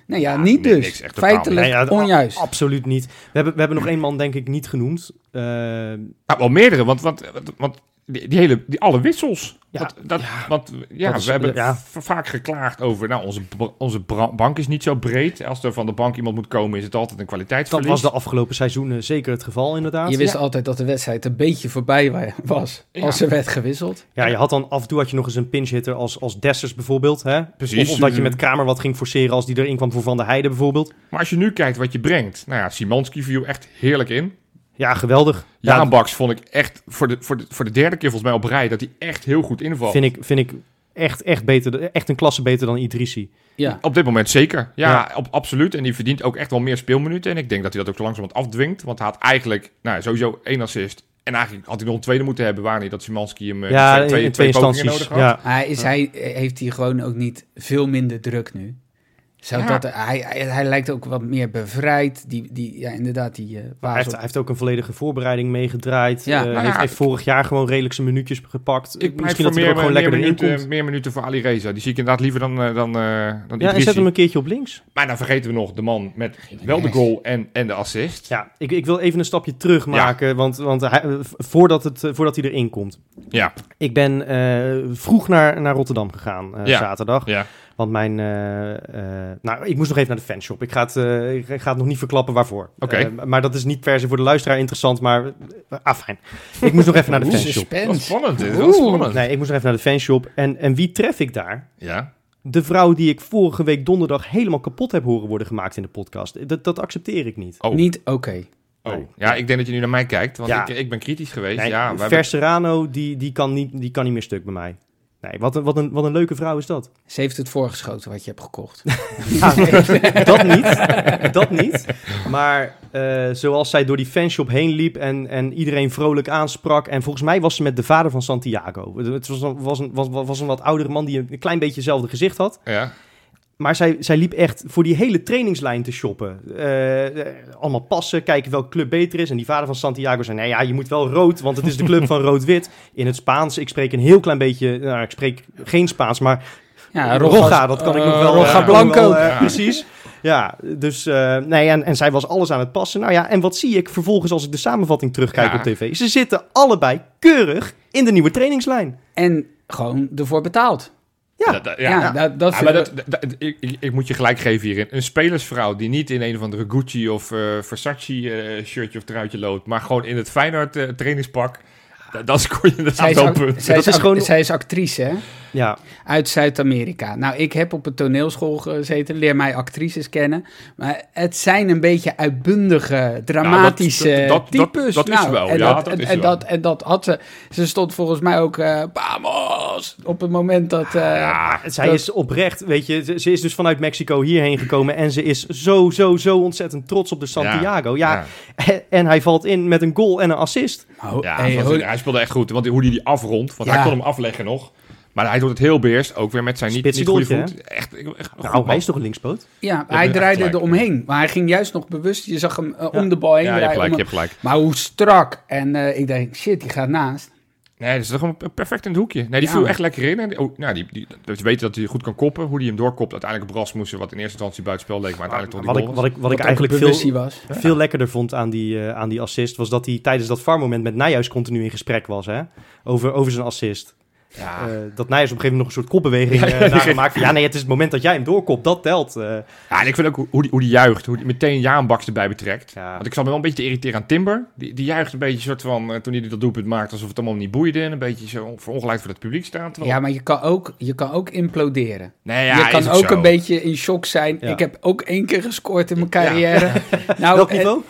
Nee, ja, Ja, niet niks, dus. niks, echt totaal Feitelijk Nee, ja, a- onjuist. Absoluut niet. We hebben, we hebben nog één man denk ik niet genoemd. Uh, Nou, wel meerdere, want, want, want, want die, die hele, die, alle wissels. Ja, want, dat, ja. want ja, Dat is- we hebben ja. v- vaak geklaagd over, nou, onze, b- onze bra- bank is niet zo breed. Als er van de bank iemand moet komen, is het altijd een dat kwaliteitsverlies. was de afgelopen seizoenen zeker het geval inderdaad. Je wist Ja. altijd dat de wedstrijd een beetje voorbij wa- was Ja. als er werd gewisseld. Ja, je had dan af en toe had je nog eens een pinch hitter als, als Dessers bijvoorbeeld. Hè? Precies. Of, of dat je met Kramer wat ging forceren als die erin kwam voor Van der Heijden bijvoorbeeld. Maar als je nu kijkt wat je brengt, nou ja, Szymanski viel echt heerlijk in. Ja, geweldig. Jaan Ja, Baks vond ik echt voor de, voor, de, voor de derde keer volgens mij op rij dat hij echt heel goed invalt. vind ik, vind ik echt, echt, beter, echt een klasse beter dan Idrissi. Ja. Op dit moment zeker. Ja, Ja. Op, absoluut. En die verdient ook echt wel meer speelminuten. En ik denk dat hij dat ook zo langzamerhand afdwingt. Want hij had eigenlijk nou, sowieso één assist. En eigenlijk had hij nog een tweede moeten hebben, waar niet dat Szymanski hem eh, Ja, twee, in, twee, in twee twee pogingen instanties. nodig had. Ja. Hij is, hij, heeft hij gewoon ook niet veel minder druk nu? Zou Ja. dat, hij, hij, hij lijkt ook wat meer bevrijd. Die, die, ja, inderdaad, die uh, Hij heeft, hij heeft ook een volledige voorbereiding meegedraaid. Ja. Ja, Nou heeft, ja, heeft vorig jaar gewoon redelijk zijn minuutjes gepakt. Ik pleit Misschien voor dat hij er meer, ook gewoon meer, lekker erin minuten, komt. meer minuten voor Ali Reza. Die zie ik inderdaad liever dan, uh, dan, uh, dan Ja, en Idrissi. zet hem een keertje op links. Maar dan vergeten we nog de man met wel de goal en, en de assist. Ja, ik, ik wil even een stapje terug maken, want, want hij, eh, voordat, het, eh, voordat hij erin komt. Ja, Ik ben eh, vroeg naar, naar Rotterdam gegaan, eh, Ja. zaterdag. ja. Want mijn... eh, eh, nou, ik moest nog even naar de fanshop. Ik ga het, eh, ik ga het nog niet verklappen waarvoor. Oké. Eh, maar dat is niet per se voor de luisteraar interessant, maar... Uh, ah, fijn. Ik moest nog even naar de Oeh, fanshop. Dat is suspense. spannend. Dit. Dat is Oeh. spannend. Nee, ik moest nog even naar de fanshop. En, en wie tref ik daar? Ja. De vrouw die ik vorige week donderdag helemaal kapot heb horen worden gemaakt in de podcast. Dat, dat accepteer ik niet. Oh. Niet oké. Oh. Nee. Ja, ik denk dat je nu naar mij kijkt, want Ja. ik, ik ben kritisch geweest. Nee, ja, we Verserano, die, die, kan niet, die kan niet meer stuk bij mij. Nee, wat een, wat, een, wat een leuke vrouw is dat. Ze heeft het voorgeschoten wat je hebt gekocht. Ja, dat niet. Dat niet. Maar uh, zoals zij door die fanshop heen liep en, en iedereen vrolijk aansprak. En volgens mij was ze met de vader van Santiago. Het was een, was een, was, was een wat oudere man die een klein beetje hetzelfde gezicht had. Ja. Maar zij, zij liep echt voor die hele trainingslijn te shoppen. Uh, allemaal passen, kijken welke club beter is. En die vader van Santiago zei, nee ja, je moet wel rood, want het is de club van rood-wit. In het Spaans, ik spreek een heel klein beetje, nou, ik spreek geen Spaans, maar Ja, Roga, dat kan ik nog wel. Roga uh, Blanco. Wel, uh, Ja. Precies. Ja, dus uh, nee, en, en zij was alles aan het passen. Nou ja, en wat zie ik vervolgens als ik de samenvatting terugkijk Ja. op tv? Ze zitten allebei keurig in de nieuwe trainingslijn. En gewoon ervoor betaald. Ja. Dat- dat- Ja, ja. dat, dat Ja, vind maar ik- dat, dat- dat- ik, ik, ik moet je gelijk geven hierin. Een spelersvrouw die niet in een of andere Gucci of uh, Versace uh, shirtje of truitje loopt, maar gewoon in het Feyenoord uh, trainingspak, da- dan scoor je zij, inderdaad is, wel ac- punten. zij, Dat is is ac- gewoon- zij is actrice, hè? Ja, Uit Zuid-Amerika. Nou, ik heb op een toneelschool gezeten, leer mij actrices kennen. Maar het zijn een beetje uitbundige, dramatische Nou, dat- dat- dat- types. dat is Nou, wel, en ja, dat, dat en, is en wel. dat, en dat had ze. Ze stond volgens mij ook, uh, vamos, op het moment dat... uh, Ja, zij dat- is oprecht, weet je, ze, ze is dus vanuit Mexico hierheen gekomen en ze is zo, zo, zo ontzettend trots op de Santiago. Ja, ja. en hij valt in met een goal en een assist. oh, Ja, hey, want hoor- hij speelde echt goed. Want hoe hij die afrondt, want Ja. hij kon hem afleggen nog. Maar hij doet het heel beheerst, ook weer met zijn niet, niet goede Spitsengoaltje, voet. Echt, echt echt goed, Nou, hij man. is toch een linkspoot? ja, je hij hebt draaide gelijk. er omheen. Maar hij ging juist nog bewust. Je zag hem uh, Ja. om de bal heen Ja, je hebt draaien. gelijk, je om- hebt gelijk. Maar hoe strak. En uh, ik denk, shit, die gaat naast. Nee, dat is toch gewoon perfect in het hoekje. Nee, die Ja, viel man. echt lekker in. En, oh, nou, die, die, dat we weten dat hij goed kan koppen. Hoe hij hem doorkopt, uiteindelijk op Rasmussen, wat in eerste instantie buitenspel leek, maar uiteindelijk toch Wat die ik, goal wat ik, wat ik ook eigenlijk een bewustie veel, was. veel lekkerder vond aan die, uh, aan die assist, was dat hij tijdens dat V A R-moment met Nijhuis continu in gesprek was, hè? Over, over zijn assist. was. Ja. Uh, dat Nijhuis op een gegeven moment nog een soort kopbeweging uh, Ja, ja, naar ja. maakt van, ja nee, het is het moment dat jij hem doorkopt, dat telt. Uh, ja, en ik vind ook hoe- hoe die, hoe die juicht, hoe die meteen Jaan Baks erbij betrekt. ja. Want ik zat me wel een beetje te irriteren aan Timber. Die, die juicht een beetje soort van, uh, toen hij dat doelpunt maakte, alsof het allemaal niet boeide. En een beetje zo verongelijkt voor het publiek staan. Terwijl- Ja, maar je kan ook, je kan ook imploderen. nee, ja, je is kan ook ook zo. een beetje in shock zijn. Ja. Ik heb ook één keer gescoord in mijn carrière. Nou, Welk eh, niveau?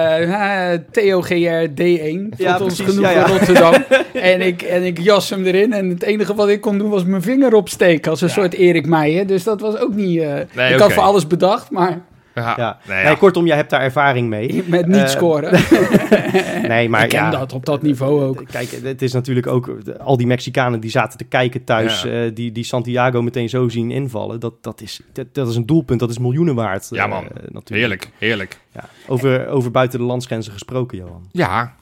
eh, T O G R D één. Vond Ja, ons precies, genoeg ja, ja. in Rotterdam. en, ik, en ik jas hem erin. En het enige wat ik kon doen was mijn vinger opsteken. Als een Ja. soort Erik Meijer. Dus dat was ook niet... eh, Nee, ik oké. had voor alles bedacht, maar Ja, Ja. nee, ja. Nee, kortom, jij hebt daar ervaring mee. met niet Eh, scoren. Nee, maar ik ken ja, dat op dat niveau ook. Kijk, het is natuurlijk ook... Al die Mexicanen die zaten te kijken thuis... Ja. eh, die, die Santiago meteen zo zien invallen. Dat, dat, is, dat, dat is een doelpunt, dat is miljoenen waard. Ja, eh, man. natuurlijk. Heerlijk, heerlijk. Ja. Over, over buiten de landsgrenzen gesproken, Johan. Ja,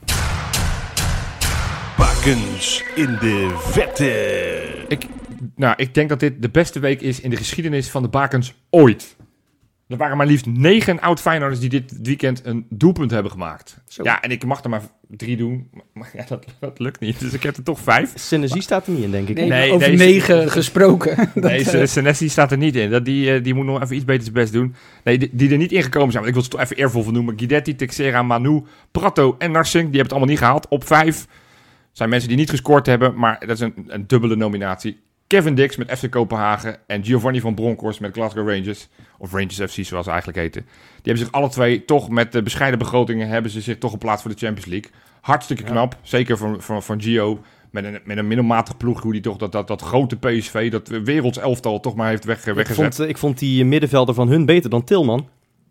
Bakens in de vette. ik, nou, ik denk dat dit de beste week is in de geschiedenis van de bakens ooit. Er waren maar liefst negen oud-Feyenoorders die dit weekend een doelpunt hebben gemaakt. Zo. Ja, en ik mag er maar drie doen. Maar ja, dat, dat lukt niet. Dus ik heb er toch vijf. Senesi staat er niet in, denk ik. Nee, Nee, over nee, negen gesproken. Dat, Nee, eh, Senesi staat er niet in. Dat, die, uh, die moet nog even iets beter zijn best doen. Nee, die, die er niet ingekomen zijn. Want ik wil ze toch even eervol van noemen. Guidetti, Teixeira, Manu, Prato en Narsing. Die hebben het allemaal niet gehaald. Op vijf zijn mensen die niet gescoord hebben. Maar dat is een, een dubbele nominatie. Kevin Dix met F C Kopenhagen en Giovanni van Bronckhorst met Glasgow Rangers. Of Rangers F C zoals ze eigenlijk heten. Die hebben zich alle twee toch met de bescheiden begrotingen hebben ze zich toch geplaatst voor de Champions League. Hartstikke knap. Ja. Zeker van, van, van Gio. Met een, met een middelmatig ploeg hoe die toch dat, dat, dat grote P S V, dat werelds elftal toch maar heeft weg, ik weggezet. Vond, ik vond die middenvelder van hun beter dan Tilman.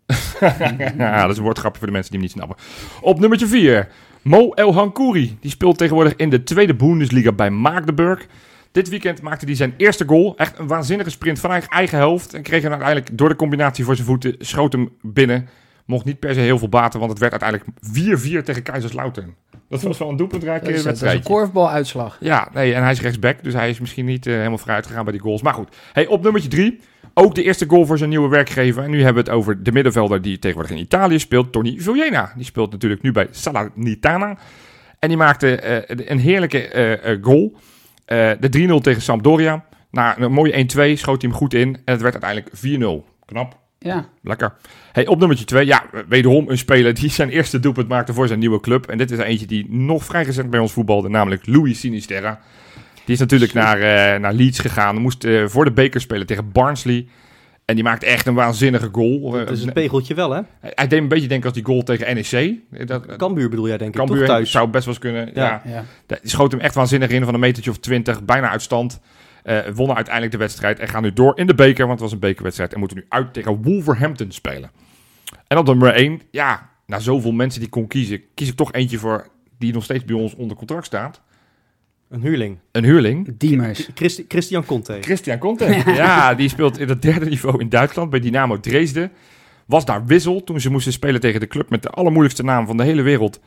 Ja, dat is een woordgrapje voor de mensen die hem niet snappen. Op nummertje vier. Mo El Hankouri. Die speelt tegenwoordig in de tweede Bundesliga bij Magdeburg. Dit weekend maakte hij zijn eerste goal. Echt een waanzinnige sprint vanuit eigen helft. En kreeg hem uiteindelijk door de combinatie voor zijn voeten. Schoot hem binnen. Mocht niet per se heel veel baten, want het werd uiteindelijk vier vier tegen Kaiserslautern. Dat was wel een doelpuntrijke dat is, dat is wedstrijd. een korfbaluitslag. Ja, nee, en hij is rechtsback, dus hij is misschien niet uh, helemaal vooruit gegaan bij die goals. Maar goed, hey, op nummertje drie. Ook de eerste goal voor zijn nieuwe werkgever. En nu hebben we het over de middenvelder die tegenwoordig in Italië speelt. Tony Villena. Die speelt natuurlijk nu bij Salernitana. En die maakte uh, een heerlijke uh, uh, goal. Uh, de drie nul tegen Sampdoria. Na een mooie een twee schoot hij hem goed in. En het werd uiteindelijk vier nul. Knap. Ja. Lekker. Hey, op nummertje twee. Ja, wederom een speler die zijn eerste doelpunt maakte voor zijn nieuwe club. En dit is er eentje die nog vrij recent bij ons voetbalde. Namelijk Louis Sinisterra. Die is natuurlijk naar, uh, naar Leeds gegaan. Moest uh, voor de beker spelen tegen Barnsley. En die maakte echt een waanzinnige goal. Dat is een pegeltje wel, hè? Hij, hij deed een beetje denken als die goal tegen N E C. Dat, Cambuur bedoel jij, denk ik, Cambuur toch thuis? Zou best wel eens kunnen. Ja. Ja. Ja. Die schoot hem echt waanzinnig in van een metertje of twintig. Bijna uit stand. Uh, wonnen uiteindelijk de wedstrijd. En gaan nu door in de beker. Want het was een bekerwedstrijd. En moeten nu uit tegen Wolverhampton spelen. En op nummer één. Ja, na zoveel mensen die kon kiezen. Kies ik toch eentje voor die nog steeds bij ons onder contract staat. Een huurling. Een huurling. Diemers. Christi- Christian Conte. Christian Conte. Ja, die speelt in het derde niveau in Duitsland bij Dynamo Dresden. Was daar wissel toen ze moesten spelen tegen de club met de allermoeilijkste naam van de hele wereld.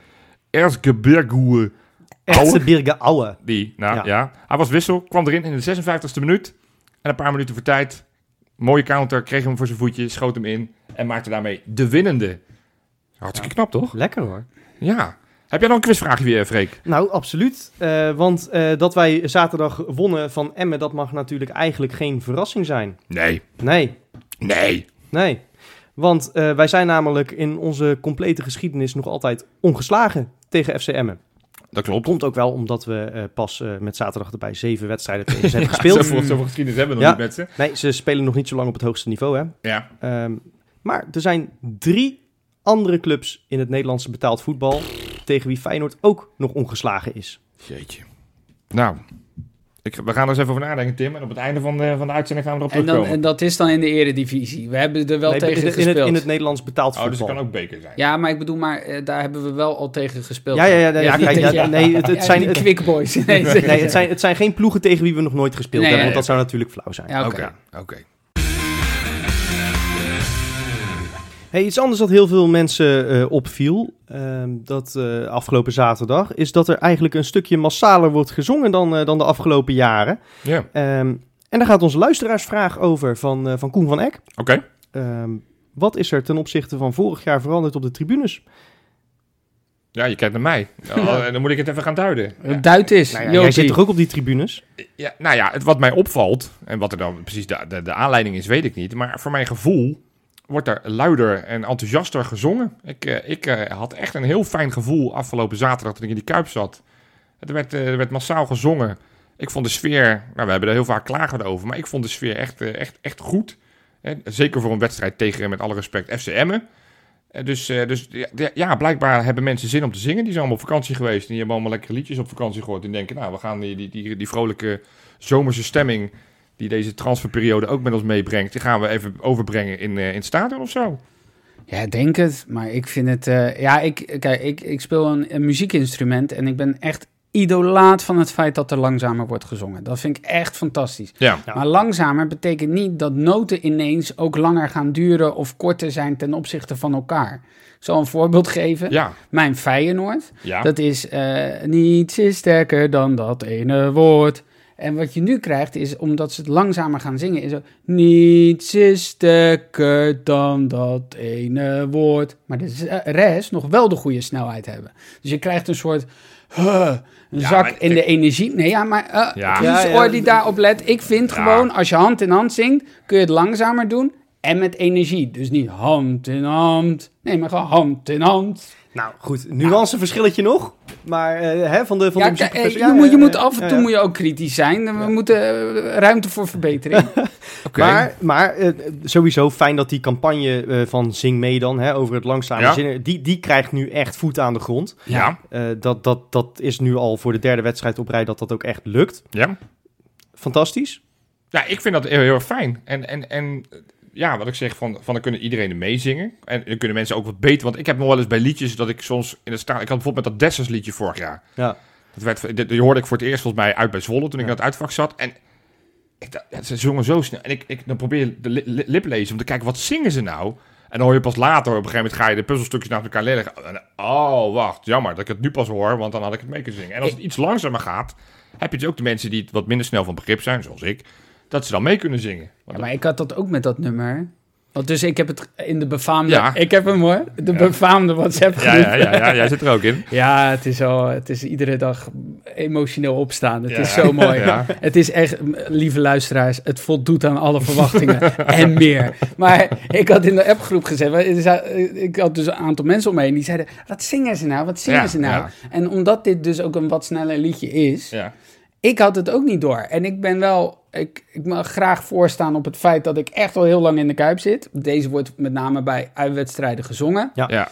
Erzgebirge Erzgebirge Aue. Die, nou ja. Ja. Hij was wissel, kwam erin in de zesenvijftigste minuut. En een paar minuten voor tijd. Mooie counter, kreeg hem voor zijn voetje, schoot hem in. En maakte daarmee de winnende. Hartstikke knap, toch? Lekker hoor. Ja. Heb jij nog een quizvraagje weer, Freek? Nou, absoluut. Uh, want uh, dat wij zaterdag wonnen van Emmen, dat mag natuurlijk eigenlijk geen verrassing zijn. Nee. Nee. Nee. Nee. Want uh, wij zijn namelijk in onze complete geschiedenis nog altijd ongeslagen tegen F C Emmen. Dat klopt. Komt ook wel omdat we uh, pas uh, met zaterdag erbij zeven wedstrijden tegen ze hebben gespeeld. Zoveel, zoveel geschiedenis hebben we nog Ja. niet met ze. Nee, ze spelen nog niet zo lang op het hoogste niveau, hè. Ja. Um, maar er zijn drie andere clubs in het Nederlandse betaald voetbal tegen wie Feyenoord ook nog ongeslagen is. Jeetje. Nou, ik, we gaan er eens even over nadenken, Tim. En op het einde van de, van de uitzending gaan we erop En, dan, terugkomen. en dat is dan in de eredivisie. We hebben er wel Nee, tegen in, het, in, gespeeld. het, in het Nederlands betaald Oh, voetbal. dus het kan ook beker zijn. Ja, maar ik bedoel, maar uh, daar hebben we wel al tegen gespeeld. Ja, ja, ja, ja, niet kijk, dat ja, je- nee, het- het Ja, zijn- die het- Quick Boys. Nee, Nee, het zijn, het zijn geen ploegen tegen wie we nog nooit gespeeld Nee, hebben, nee, want dat zou natuurlijk flauw zijn. Ja, oké. Oké, oké. Hey, iets anders dat heel veel mensen uh, opviel, uh, dat uh, afgelopen zaterdag, is dat er eigenlijk een stukje massaler wordt gezongen dan, uh, dan de afgelopen jaren. Ja, Um, en daar gaat onze luisteraarsvraag over van, uh, van Koen van Eck. oké. Um, wat is er ten opzichte van vorig jaar veranderd op de tribunes? Ja, je kijkt naar mij. Oh, dan moet ik het even gaan duiden. Ja. Het duidt is. Nou ja, jij zit toch ook op die tribunes? Ja, nou ja, het, wat mij opvalt, en wat er dan precies de, de, de aanleiding is, weet ik niet. Maar voor mijn gevoel wordt er luider en enthousiaster gezongen. Ik, uh, ik uh, had echt een heel fijn gevoel afgelopen zaterdag toen ik in die Kuip zat. Er werd, uh, er werd massaal gezongen. Ik vond de sfeer, nou, we hebben er heel vaak klagen over, maar ik vond de sfeer echt, uh, echt, echt goed. Hè? Zeker voor een wedstrijd tegen, met alle respect, F C Emmen. Uh, dus uh, dus ja, ja, blijkbaar hebben mensen zin om te zingen. Die zijn allemaal op vakantie geweest en die hebben allemaal lekkere liedjes op vakantie gehoord. En denken, nou, we gaan die, die, die, die vrolijke zomerse stemming die deze transferperiode ook met ons meebrengt, die gaan we even overbrengen in, uh, in het stadion of zo. Ja, denk het. Maar ik vind het... Uh, ja, ik, kijk, ik, ik speel een, een muziekinstrument en ik ben echt idolaat van het feit dat er langzamer wordt gezongen. Dat vind ik echt fantastisch. Ja, Ja. Maar langzamer betekent niet dat noten ineens ook langer gaan duren of korter zijn ten opzichte van elkaar. Ik zal een voorbeeld geven. ja, Mijn Feyenoord, ja. dat is uh, niets is sterker dan dat ene woord. En wat je nu krijgt is, omdat ze het langzamer gaan zingen, is zo... Niets is sterker dan dat ene woord. Maar de rest nog wel de goede snelheid hebben. Dus je krijgt een soort... Uh, een Ja, zak maar in ik- de energie. Nee, ja, maar uh, Ja. kies Ja, ja. oor die daarop let. Ik vind Ja. gewoon, als je hand in hand zingt, kun je het langzamer doen. En met energie. Dus niet hand in hand. Nee, maar gewoon hand in hand. Nou goed, nuanceverschilletje nog. Maar eh, hè, van de, van Ja, de k- eh, muziekprofessor- je, ja, moet, je ja, moet ja, af en ja, toe ja. moet je ook kritisch zijn. We moeten uh, ruimte voor verbetering. Oké. Maar, maar eh, sowieso fijn dat die campagne eh, van Zing mee dan, hè, over het langzame Ja. zingen, die, die krijgt nu echt voet aan de grond. Ja, Eh, dat, dat, dat is nu al voor de derde wedstrijd op rij dat dat ook echt lukt. ja. Fantastisch. Ja, ik vind dat heel, heel erg fijn. En, en, en ja, wat ik zeg, van, van dan kunnen iedereen er meezingen. En dan kunnen mensen ook wat beter. Want ik heb nog wel eens bij liedjes dat ik soms in de straat... Ik had bijvoorbeeld met dat Dessers liedje vorig jaar. Ja. Dat werd, dat, die hoorde ik voor het eerst volgens mij uit bij Zwolle toen ik Ja. in het uitvak zat. En ik, dacht, ja, ze zongen zo snel. En ik, ik dan probeer je de li, li- lip lezen om te kijken, wat zingen ze nou? En dan hoor je pas later, op een gegeven moment ga je de puzzelstukjes naast elkaar leggen. En, oh, wacht, jammer dat ik het nu pas hoor, want dan had ik het mee kunnen zingen. En als het iets langzamer gaat, heb je dus ook de mensen die het wat minder snel van begrip zijn, zoals ik, dat ze dan mee kunnen zingen. Want Ja, maar ik had dat ook met dat nummer. Want dus ik heb het in de befaamde... Ja. Ik heb hem hoor. De befaamde WhatsApp ja, groep. ja, ja, ja, jij zit er ook in. Ja, het is al, het is iedere dag emotioneel opstaan. Het Ja. is zo mooi. Ja. Het is echt, lieve luisteraars, het voldoet aan alle verwachtingen en meer. Maar ik had in de appgroep gezegd, ik had dus een aantal mensen om me heen die zeiden, wat zingen ze nou, wat zingen Ja, ze nou? ja. En omdat dit dus ook een wat sneller liedje is, Ja. ik had het ook niet door. En ik ben wel, ik, ik mag graag voorstaan op het feit dat ik echt al heel lang in de Kuip zit. Deze wordt met name bij uitwedstrijden gezongen. Ja. Ja.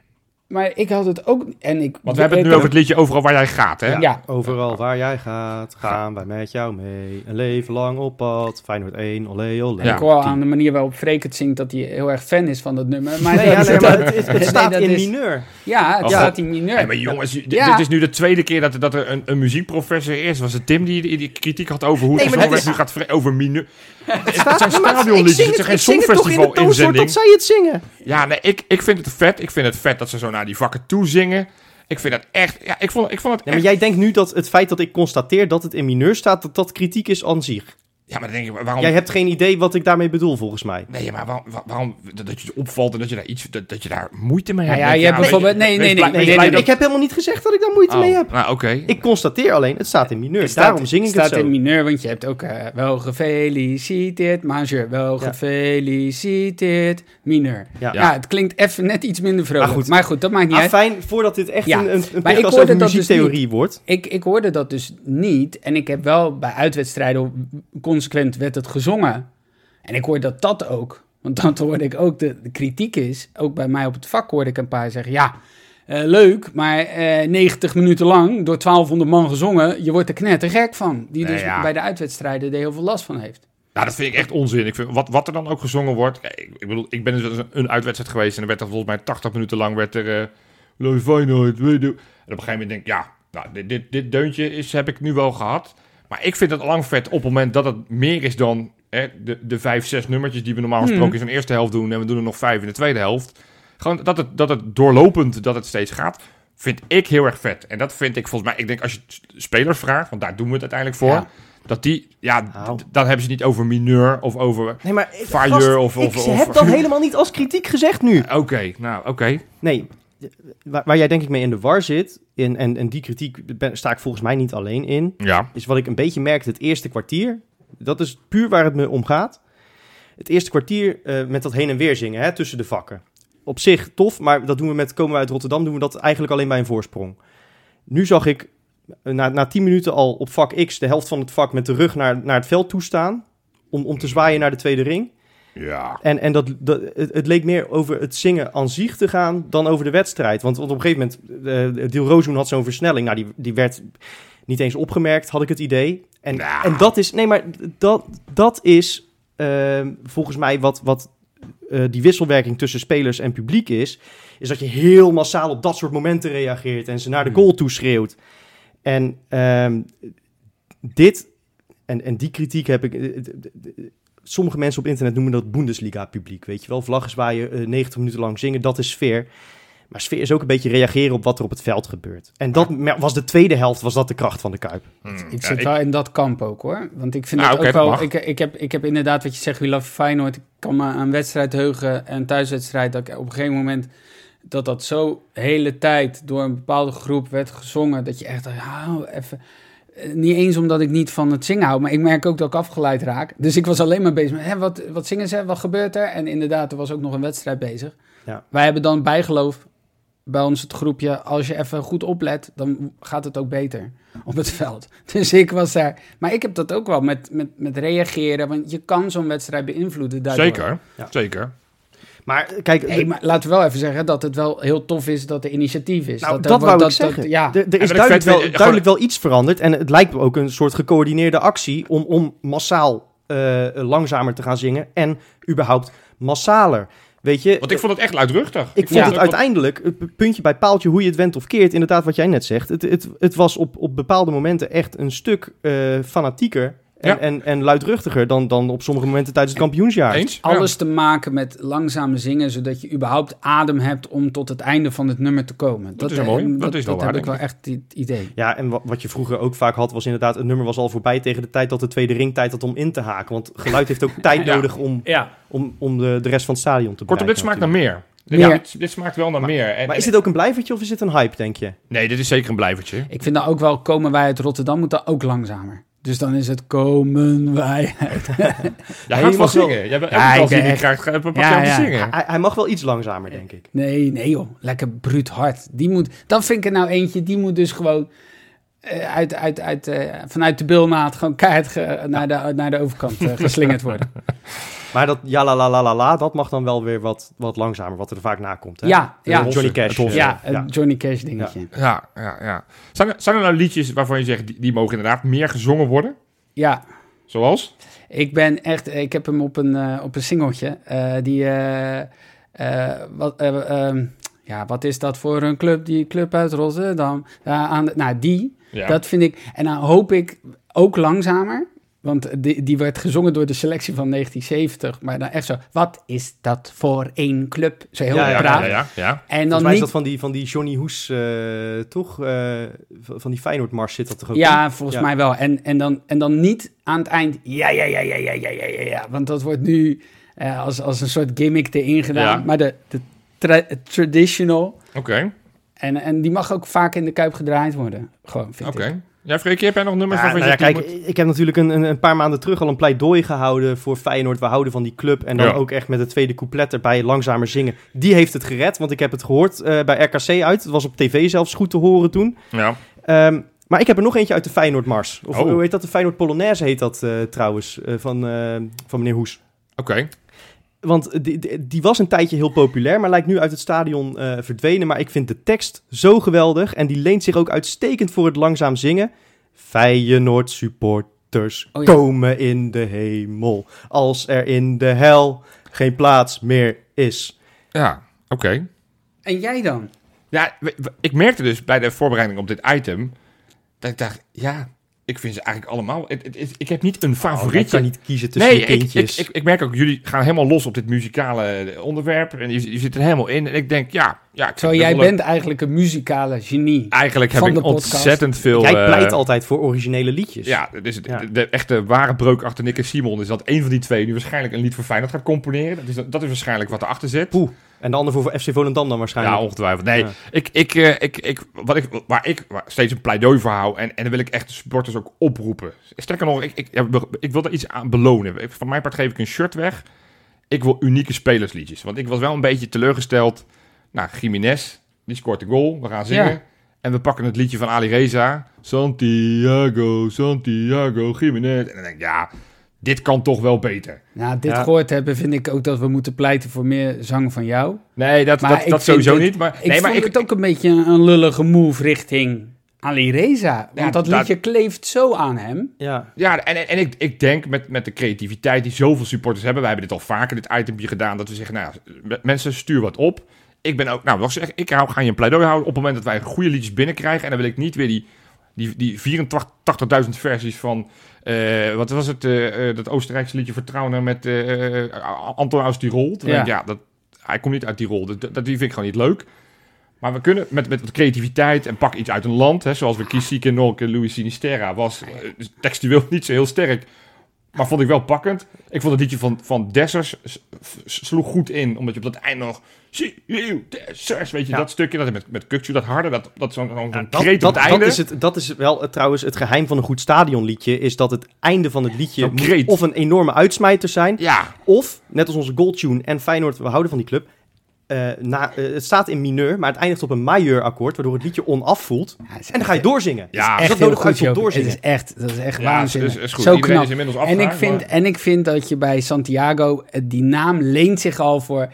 Maar ik had het ook, en ik... Want we hebben het nu over het liedje Overal Waar Jij Gaat, hè? Ja. Overal waar jij gaat, gaan wij met jou mee. Een leven lang op pad. Feyenoord één, olé, olé. En Ja, ik hoor tien. aan de manier waarop Freek het zingt dat hij heel erg fan is van dat nummer. Maar Nee, dat- ja, nee, dat- maar het, het- het nee, staat dat in is- mineur. Ja, het Oh, staat God. in mineur. Hey, maar jongens, dit, Ja. dit is nu de tweede keer dat, dat er een, een muziekprofessor is. Was het Tim die, die, die kritiek had over hoe Nee, het maar gezongen dit werd? is- Nu gaat Fre- over minu. Het Staat- zijn Ja, maar stadionliedjes, ik zing het is geen ik zing het toch in de toonsoort songfestival-inzending. dat zij het zingen. Ja, nee, ik, ik vind het vet. Ik vind het vet dat ze zo naar die vakken toe zingen. Ik vind het echt... Ja, ik vond, ik vond het Nee, maar echt... jij denkt nu dat het feit dat ik constateer dat het in mineur staat, dat dat kritiek is aan zich. Ja, maar dan denk ik, waarom... Jij hebt geen idee wat ik daarmee bedoel, volgens mij. Nee, maar waarom, waar- waarom dat dat je het opvalt en dat je daar iets... Dat, dat je daar moeite mee Nou hebt. ja, Denk je hebt wees- bijvoorbeeld- nee, wees nee, blij- nee, wees nee, blij nee, dat- Ik heb helemaal niet gezegd dat ik daar moeite Oh, mee heb. Nou, oké. Ik constateer alleen, het staat in mineur. Het staat- Daarom zing ik staat het zo. in mineur, want je hebt ook uh, wel gefeliciteerd, majeur, wel Ja. gefeliciteerd, mineur. Ja. Ja. het klinkt even net iets minder vrolijk. Maar goed. Maar goed, dat maakt niet Ah, uit. fijn, voordat dit echt Ja, een, een, een maar ik podcast hoorde over dat dus muziektheorie wordt. Ik, ik hoorde dat dus niet. En ik heb wel bij uitwedstrijden consequent werd het gezongen. En ik hoor dat dat ook. Want dan hoorde ik ook, de, de kritiek is, ook bij mij op het vak hoorde ik een paar zeggen, ja, eh, leuk, maar eh, negentig minuten lang door twaalfhonderd man gezongen, je wordt er knettergek van. Die Nee, dus ja. bij de uitwedstrijden er heel veel last van heeft. Nou, dat vind ik echt onzin. Ik vind, wat, wat er dan ook gezongen wordt... Kijk, Ik, ik bedoel, ik ben dus een, een uitwedstrijd geweest... en er werd er volgens mij tachtig minuten lang... werd er... Uh, Feyenoord, weet je. En op een gegeven moment denk ik... Ja, nou, dit, dit, dit deuntje is, heb ik nu wel gehad. Maar ik vind het lang vet op het moment dat het meer is dan... Hè, de, de vijf, zes nummertjes die we normaal gesproken Hmm. in zo'n eerste helft doen... en we doen er nog vijf in de tweede helft. Gewoon dat het, dat het doorlopend, dat het steeds gaat... vind ik heel erg vet. En dat vind ik volgens mij... Ik denk als je spelers vraagt... want daar doen we het uiteindelijk voor... Ja. Dat die, ja, Nou. d- dan hebben ze het niet over mineur of over... Nee, maar Fire gast, of- of- ik of- heb dat helemaal niet als kritiek gezegd nu. Oké, nou, oké. Nee, waar, waar jij denk ik mee in de war zit, in, en, en die kritiek ben, sta ik volgens mij niet alleen in, Ja. is wat ik een beetje merkte het eerste kwartier. Dat is puur waar het me om gaat. Het eerste kwartier uh, met dat heen en weer zingen hè, tussen de vakken. Op zich tof, maar dat doen we met komen we uit Rotterdam, doen we dat eigenlijk alleen bij een voorsprong. Nu zag ik na, na tien minuten al op vak X de helft van het vak met de rug naar, naar het veld toestaan. Om, om te zwaaien naar de tweede ring. Ja. En, en dat, dat, het, het leek meer over het zingen aan zich te gaan dan over de wedstrijd. Want, want op een gegeven moment, uh, Diel Rozoen had zo'n versnelling. Nou, die, die werd niet eens opgemerkt, had ik het idee. En, Nou. en dat is, nee, maar dat, dat is uh, volgens mij wat, wat uh, die wisselwerking tussen spelers en publiek is. Is dat je heel massaal op dat soort momenten reageert en ze naar de goal toeschreeuwt. En um, dit, en, en die kritiek heb ik... Uh, sommige mensen op internet noemen dat Bundesliga-publiek, weet je wel. Vlaggen zwaaien, uh, negentig minuten lang zingen, dat is fair. Maar sfeer is ook een beetje reageren op wat er op het veld gebeurt. En dat was de tweede helft, was dat de kracht van de Kuip. Hmm. Ik Ja, zit ik- wel in dat kamp ook, hoor. Want ik vind Nou, het oké, ook dat wel... mag. Ik, ik, heb, ik heb inderdaad wat je zegt, we love Feyenoord. Ik kan me aan een wedstrijd heugen, een thuiswedstrijd, dat ik op een gegeven moment... dat dat zo hele tijd door een bepaalde groep werd gezongen... dat je echt dacht, hou even... Eh, Niet eens omdat ik niet van het zingen hou, maar ik merk ook dat ik afgeleid raak. Dus ik was alleen maar bezig met, hè, wat, wat zingen ze, wat gebeurt er? En inderdaad, er was ook nog een wedstrijd bezig. Ja. Wij hebben dan bijgeloof bij ons het groepje, als je even goed oplet, dan gaat het ook beter op het veld. Dus ik was daar. Maar ik heb dat ook wel met, met, met reageren, want je kan zo'n wedstrijd beïnvloeden daardoor. Zeker, Ja. zeker. Maar kijk, Hey, maar laten we wel even zeggen dat het wel heel tof is dat er initiatief is. nou, er dat, wordt- wou ik zeggen. ja. Er, er is wat ik duidelijk, vet wel, vind, duidelijk wel iets veranderd. En het lijkt me ook een soort gecoördineerde actie om, om massaal eh, langzamer te gaan zingen. En überhaupt massaler. Weet je, Want ik vond het echt luidruchtig. Ik vond Ja. het uiteindelijk, het puntje bij paaltje, hoe je het went of keert, inderdaad wat jij net zegt. Het, het, het was op, op bepaalde momenten echt een stuk eh, fanatieker en, Ja. en, en luidruchtiger dan, dan op sommige momenten tijdens het kampioensjaar. Eens? Alles te maken met langzaam zingen, zodat je überhaupt adem hebt om tot het einde van het nummer te komen. Dat is wel mooi. eh, Dat is wel dat waar, heb ik denk wel echt het idee. Ja, en wat, wat je vroeger ook vaak had, was inderdaad, het nummer was al voorbij tegen de tijd dat de tweede ring tijd had om in te haken. Want geluid heeft ook tijd Ja. nodig om, Ja. om, om de, de rest van het stadion te Kortom, dit bereiken. smaakt naar natuurlijk. meer. Meer. Dit, dit smaakt wel naar meer. En, Maar is dit ook een blijvertje of is dit een hype, denk je? Nee, dit is zeker een blijvertje. Ik vind dat ook wel, komen wij uit Rotterdam, moet dat ook langzamer. Dus dan is het komen wij uit. Jij je houdt van mag wel- zingen. Jij bent Ja, elke ik kans die ben je echt- krijgt, ga je een paar Ja, keer om te ja. zingen. Hij, hij mag wel iets langzamer, denk ik. Nee, nee joh. Lekker bruut hard. Die moet, dat vind ik er nou eentje, die moet dus gewoon eh, uit, uit, uit, eh, vanuit de bilnaad gewoon keihard ge- naar, de, naar de overkant eh, geslingerd worden. Maar dat ja la la la la la, dat mag dan wel weer wat, wat langzamer, wat er vaak na komt. Hè? Ja, De ja. Johnny Cash. Het hosse. eh, Ja, een Johnny Cash dingetje. Ja. Ja, ja, ja. Zijn er, zijn er nou liedjes waarvan je zegt, die, die mogen inderdaad meer gezongen worden? Zoals? Ik ben echt, ik heb hem op een, eh, op een singeltje. eh, die, eh, eh, wat, eh, ehm, ja, wat is dat voor een club? Die club uit Rotterdam. Ja, aan de, nou, die, Ja. dat vind ik. En dan hoop ik ook langzamer. Want die, die werd gezongen door de selectie van negentien zeventig. Maar dan echt zo, wat is dat voor één club? Zo heel Ja, ja, braaf. ja, ja, ja. En dan Volgens mij is niet... dat van die, van die Johnny Hoes, eh, toch? Eh, van die Feyenoordmars zit dat toch ook in? Ja, volgens Ja. mij wel. En, en, dan, en dan niet aan het eind, ja, ja, ja, ja, ja, ja, ja, ja, ja. Want dat wordt nu eh, als, als een soort gimmick erin gedaan. Ja. Maar de, de tra- traditional, Oké, en, en die mag ook vaak in de Kuip gedraaid worden. Gewoon, vind oké. ik. Ja, Freekje, heb jij nog nummers Ja, waarvan nou je ja, zegt, kijk, die moet- ik heb natuurlijk een, een, een paar maanden terug al een pleidooi gehouden voor Feyenoord. We houden van die club. En dan Ja. ook echt met het tweede couplet erbij, langzamer zingen. Die heeft het gered, want ik heb het gehoord eh, bij R K C uit. Het was op tv zelfs goed te horen toen. Ja, Ehm, maar ik heb er nog eentje uit de Feyenoordmars. Of Oh. hoe heet dat? De Feyenoord Polonaise heet dat eh, trouwens, eh, van, eh, van meneer Hoes. oké. Want die, die, die was een tijdje heel populair, maar lijkt nu uit het stadion eh, verdwenen. Maar ik vind de tekst zo geweldig en die leent zich ook uitstekend voor het langzaam zingen. Feyenoord supporters Oh ja. komen in de hemel, als er in de hel geen plaats meer is. Ja, oké. En jij dan? Ja, we- we- ik merkte dus bij de voorbereiding op dit item, dat ik dacht, ja, ik vind ze eigenlijk allemaal... Het, het, het- ik heb niet een Oh, ik favorietje. kan niet kiezen tussen Nee, de ik, ik, kindjes. ik, ik merk ook, jullie gaan helemaal los op dit muzikale onderwerp. En je, je zit er helemaal in. En ik denk, ja... ja ik Terwijl vind jij het wel bent eigenlijk een muzikale genie. Eigenlijk heb van ik de podcast. ontzettend veel... Jij eh, pleit altijd voor originele liedjes. Ja, dus het- Ja. De, de echte ware breuk achter Nick en Simon is dat een van die twee nu waarschijnlijk een lied voor Feyenoord gaat componeren. Dat is, dat is waarschijnlijk wat erachter zit. Poeh. En de ander voor F C Volendam dan waarschijnlijk. Ja, ongetwijfeld. Nee, Ja. ik, ik, eh, ik, ik, wat ik, waar ik waar steeds een pleidooi voor hou, en, en dan wil ik echt de supporters ook oproepen. Sterker nog, ik, ik, ja, ik wil er iets aan belonen. Ik- Van mijn part geef ik een shirt weg. Ik wil unieke spelersliedjes. Want ik was wel een beetje teleurgesteld. Nou, Jiménez, die scoort de goal. We gaan zingen. Ja. En we pakken het liedje van Ali Reza. Santiago, Santiago, Jiménez. En dan denk ik, ja, dit kan toch wel beter. Nou, dit Ja. gehoord hebben, vind ik ook dat we moeten pleiten voor meer zang van jou. Nee, dat, Maar dat, ik dat vind sowieso dit- niet. Maar, Ik nee, maar vond ik, het ook een beetje een lullige move richting Ali Reza. Want Ja, dat dat- liedje kleeft zo aan hem. Ja. Ja, en, en, en ik, ik denk met, met de creativiteit die zoveel supporters hebben. Wij hebben dit al vaker, dit itempje gedaan. Dat we zeggen, nou ja, mensen, stuur wat op. Ik ben ook, nou, wat ik zeg, ik hou, ga je een pleidooi houden op het moment dat wij goede liedjes binnenkrijgen. En dan wil ik niet weer die, die, die vierentachtigduizend versies van, eh, wat was het, eh, eh, dat Oostenrijkse liedje Vertrouwen met eh, Anton aus Tirol. Toen Ja. denk ik, ja, dat, hij komt niet uit Tirol. Dat, dat, die vind ik gewoon niet leuk. Maar we kunnen met, met wat creativiteit en pak iets uit een land, hè, zoals we Kiesike Nolke en Louis Sinisterra, was uh, textueel niet zo heel sterk, maar vond ik wel pakkend. Ik vond het liedje van, van Dessers s- s- sloeg goed in, omdat je op dat eind nog, zie you, Dessers, weet je, Ja. dat stukje, dat met, met Kukçu, dat harde, dat, dat zo'n, zo'n Ja, kreet dat, op dat, het einde. dat, is het, dat is wel uh, trouwens het geheim van een goed stadionliedje, is dat het einde van het liedje Zo'n moet kreet. of een enorme uitsmijter zijn, Ja, of, net als onze goaltune en Feyenoord, we houden van die club, uh, na, uh, het staat in mineur, maar het eindigt op een majeur akkoord, waardoor het liedje onaf voelt. Ja, het is En dan ga je echt- doorzingen. Ja, Dus echt dat heel nodig uit goed, tot Joop. Het doorzingen. is echt, dat is echt ja waanzinnig. is, is goed. Zo Iedereen knap. is inmiddels En ik, afgehaakt, vind, maar- en ik vind dat je bij Santiago, eh, die naam leent zich al voor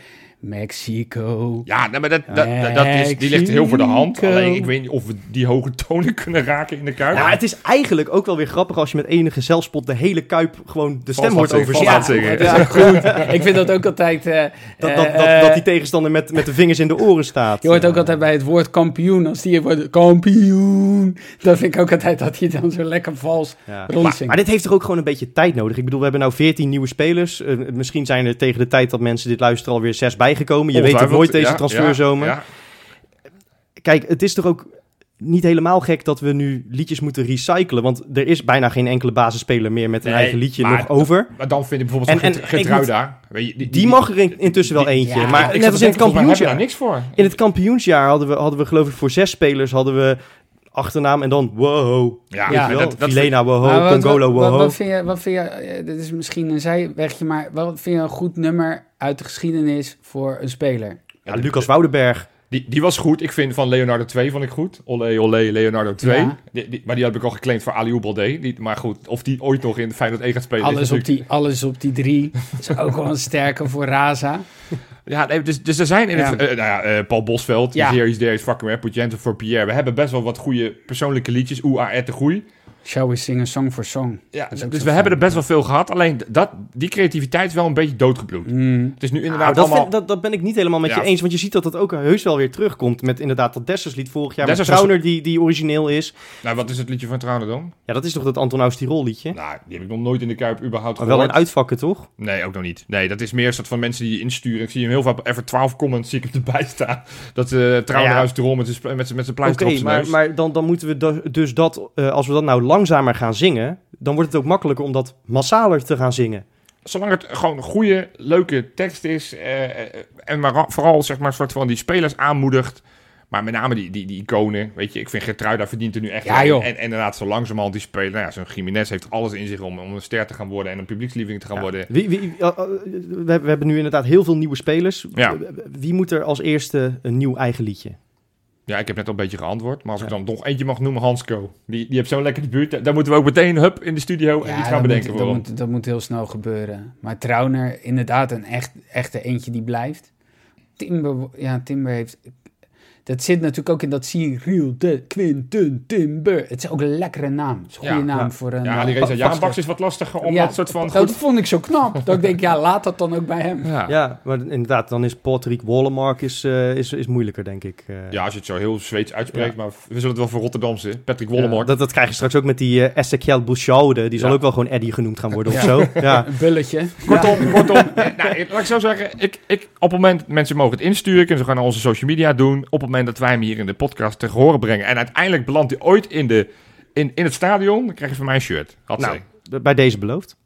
Mexico. Ja, nee, maar dat, dat, dat, dat is, die ligt heel voor de hand. Mexico. Alleen ik weet niet of we die hoge tonen kunnen raken in de Kuip. Ja, het is eigenlijk ook wel weer grappig als je met enige zelfspot de hele Kuip gewoon de stem hoort Vals laat overzingen. zingen. Ja, Vals dat is ook goed. Ik vind dat ook altijd... eh, Dat, eh, dat, dat, eh, dat die tegenstander met, met de vingers in de oren staat. Je hoort ook altijd bij het woord kampioen, als die wordt kampioen, dan vind ik ook altijd dat hij dan zo lekker vals Ja. rondzingt. Maar, maar dit heeft toch ook gewoon een beetje tijd nodig? Ik bedoel, we hebben nou veertien nieuwe spelers. Uh, misschien zijn er tegen de tijd dat mensen dit luisteren alweer zes bijgekomen. Je weet het nooit deze Ja, transferzomer. ja, ja. Kijk, het is toch ook niet helemaal gek dat we nu liedjes moeten recyclen. Want er is bijna geen enkele basisspeler meer met een Nee, eigen liedje maar- nog over. Maar dan vind ik bijvoorbeeld En- zo'n en Gert- ik Gertruida. Weet je, Die mag er in- intussen wel eentje. ja, maar ik net zat als te in het denken, volgens mij hebben we kampioensjaar. daar niks voor. In het kampioensjaar hadden we, hadden we geloof ik voor zes spelers hadden we achternaam en dan wow. Ja, Ja. dat, dat, dat Filena wow, Maar wat- Congolo wat, wat, wow. wat vind je, wat vind je, eh, dit is misschien een zijwegje, maar wat vind je een goed nummer uit de geschiedenis voor een speler? Ja, Lucas Woudenberg. Die, die was goed. Ik vind van Leonardo twee vond ik goed. Olé, olé, Leonardo twee. Ja. Die, die, maar die heb ik al geclaimd voor Aliou Baldé. Die, maar goed, of die ooit nog in Feyenoord E gaat spelen. is Alles op, natuurlijk- die, alles op die drie. Dat is ook wel een sterke voor Raza. Ja, nee, dus, dus er zijn in Ja. het... eh, nou ja, eh, Paul Bosveld. Ja. Ja. Is there is fucking rap. Put Jensen voor Pierre. We hebben best wel wat goede persoonlijke liedjes. Oeh, ah, et de groei. Shall we sing a song for song? Ja, Dat is ook dus zo we hebben er fijn. best wel veel gehad. Alleen dat, die creativiteit is wel een beetje doodgebloed. Mm. Het is nu inderdaad Nou, dat, allemaal... vind- dat, dat ben ik niet helemaal met Ja. je eens. Want je ziet dat dat ook heus wel weer terugkomt. Met inderdaad dat Dessers lied vorig jaar. Dessers met was- Trauner die, die origineel is. Nou, wat is het liedje van Trouwen dan? Ja, dat is toch dat Anton Aus Tirol liedje? Nou, die heb ik nog nooit in de Kuip überhaupt Maar wel gehoord. in uitvakken, toch? Nee, ook nog niet. Nee, dat is meer een soort van mensen die je insturen. Ik zie hem heel vaak even twaalf comments zie ik hem erbij staan. Dat uh, Trouwen Ja, ja. huis erom met zijn spl- met zijn met zijn Oké, pleister op zijn maar, neus. maar dan, dan moeten we da- dus dat... eh, als we dat nou langzamer gaan zingen... dan wordt het ook makkelijker om dat massaler te gaan zingen. Zolang het gewoon een goede, leuke tekst is. eh, eh, en maar vooral zeg maar een soort van die spelers aanmoedigt. Maar met name die, die, die iconen. Weet je, ik vind Gertruida verdient er nu echt Ja, een. joh. En, en inderdaad, zo langzamerhand die spelen. Nou ja, zo'n Jiménez heeft alles in zich om, om een ster te gaan worden. En een publiekslieveling te gaan Ja. worden. Wie, wie, uh, uh, we, hebben- we hebben nu inderdaad heel veel nieuwe spelers. Ja. Uh, Wie moet er als eerste een nieuw eigen liedje? Ja, ik heb net al een beetje geantwoord. Maar als ik dan nog eentje mag noemen, Hansco. Die, die heeft zo'n lekker debuut. Daar moeten we ook meteen hup in de studio en Ja, iets dat gaan bedenken moet, voor dat, hem. moet, dat moet heel snel gebeuren. Maar Trauner, inderdaad een echt, echte eentje die blijft. Timber, ja, Timber heeft... Dat zit natuurlijk ook in dat Cyril de Quinten Timber. Het is ook een lekkere naam. Het is een goede Ja, naam ja. voor een... Ja, die uh, Reza pa- Jaanbaks is wat lastiger om Ja, dat soort van... dat vond ik zo knap. Dat ik denk, ja, laat dat dan ook bij hem. Ja. Ja. Ja, maar inderdaad, dan is Patrick Wollemark is, uh, is, is moeilijker, denk ik. Uh, als je het zo heel Zweeds uitspreekt. Ja. Maar we zullen het wel voor Rotterdamse. Patrick ja, Wollemark. dat, dat krijg je straks ook met die uh, Ezekiel Bouchaude. Die zal Ja. ook wel gewoon Eddie genoemd gaan worden Ja. of zo. Ja. Een bulletje. Kortom, kortom. eh, nou, laat ik zo zeggen. Ik, ik, op het moment, mensen mogen het insturen. Kunnen ze gaan naar onze social media doen. Op het moment dat wij hem hier in de podcast te horen brengen. En uiteindelijk belandt hij ooit in, de, in, in het stadion. Dan krijg je van mij een shirt. Had Nou, d- bij deze beloofd.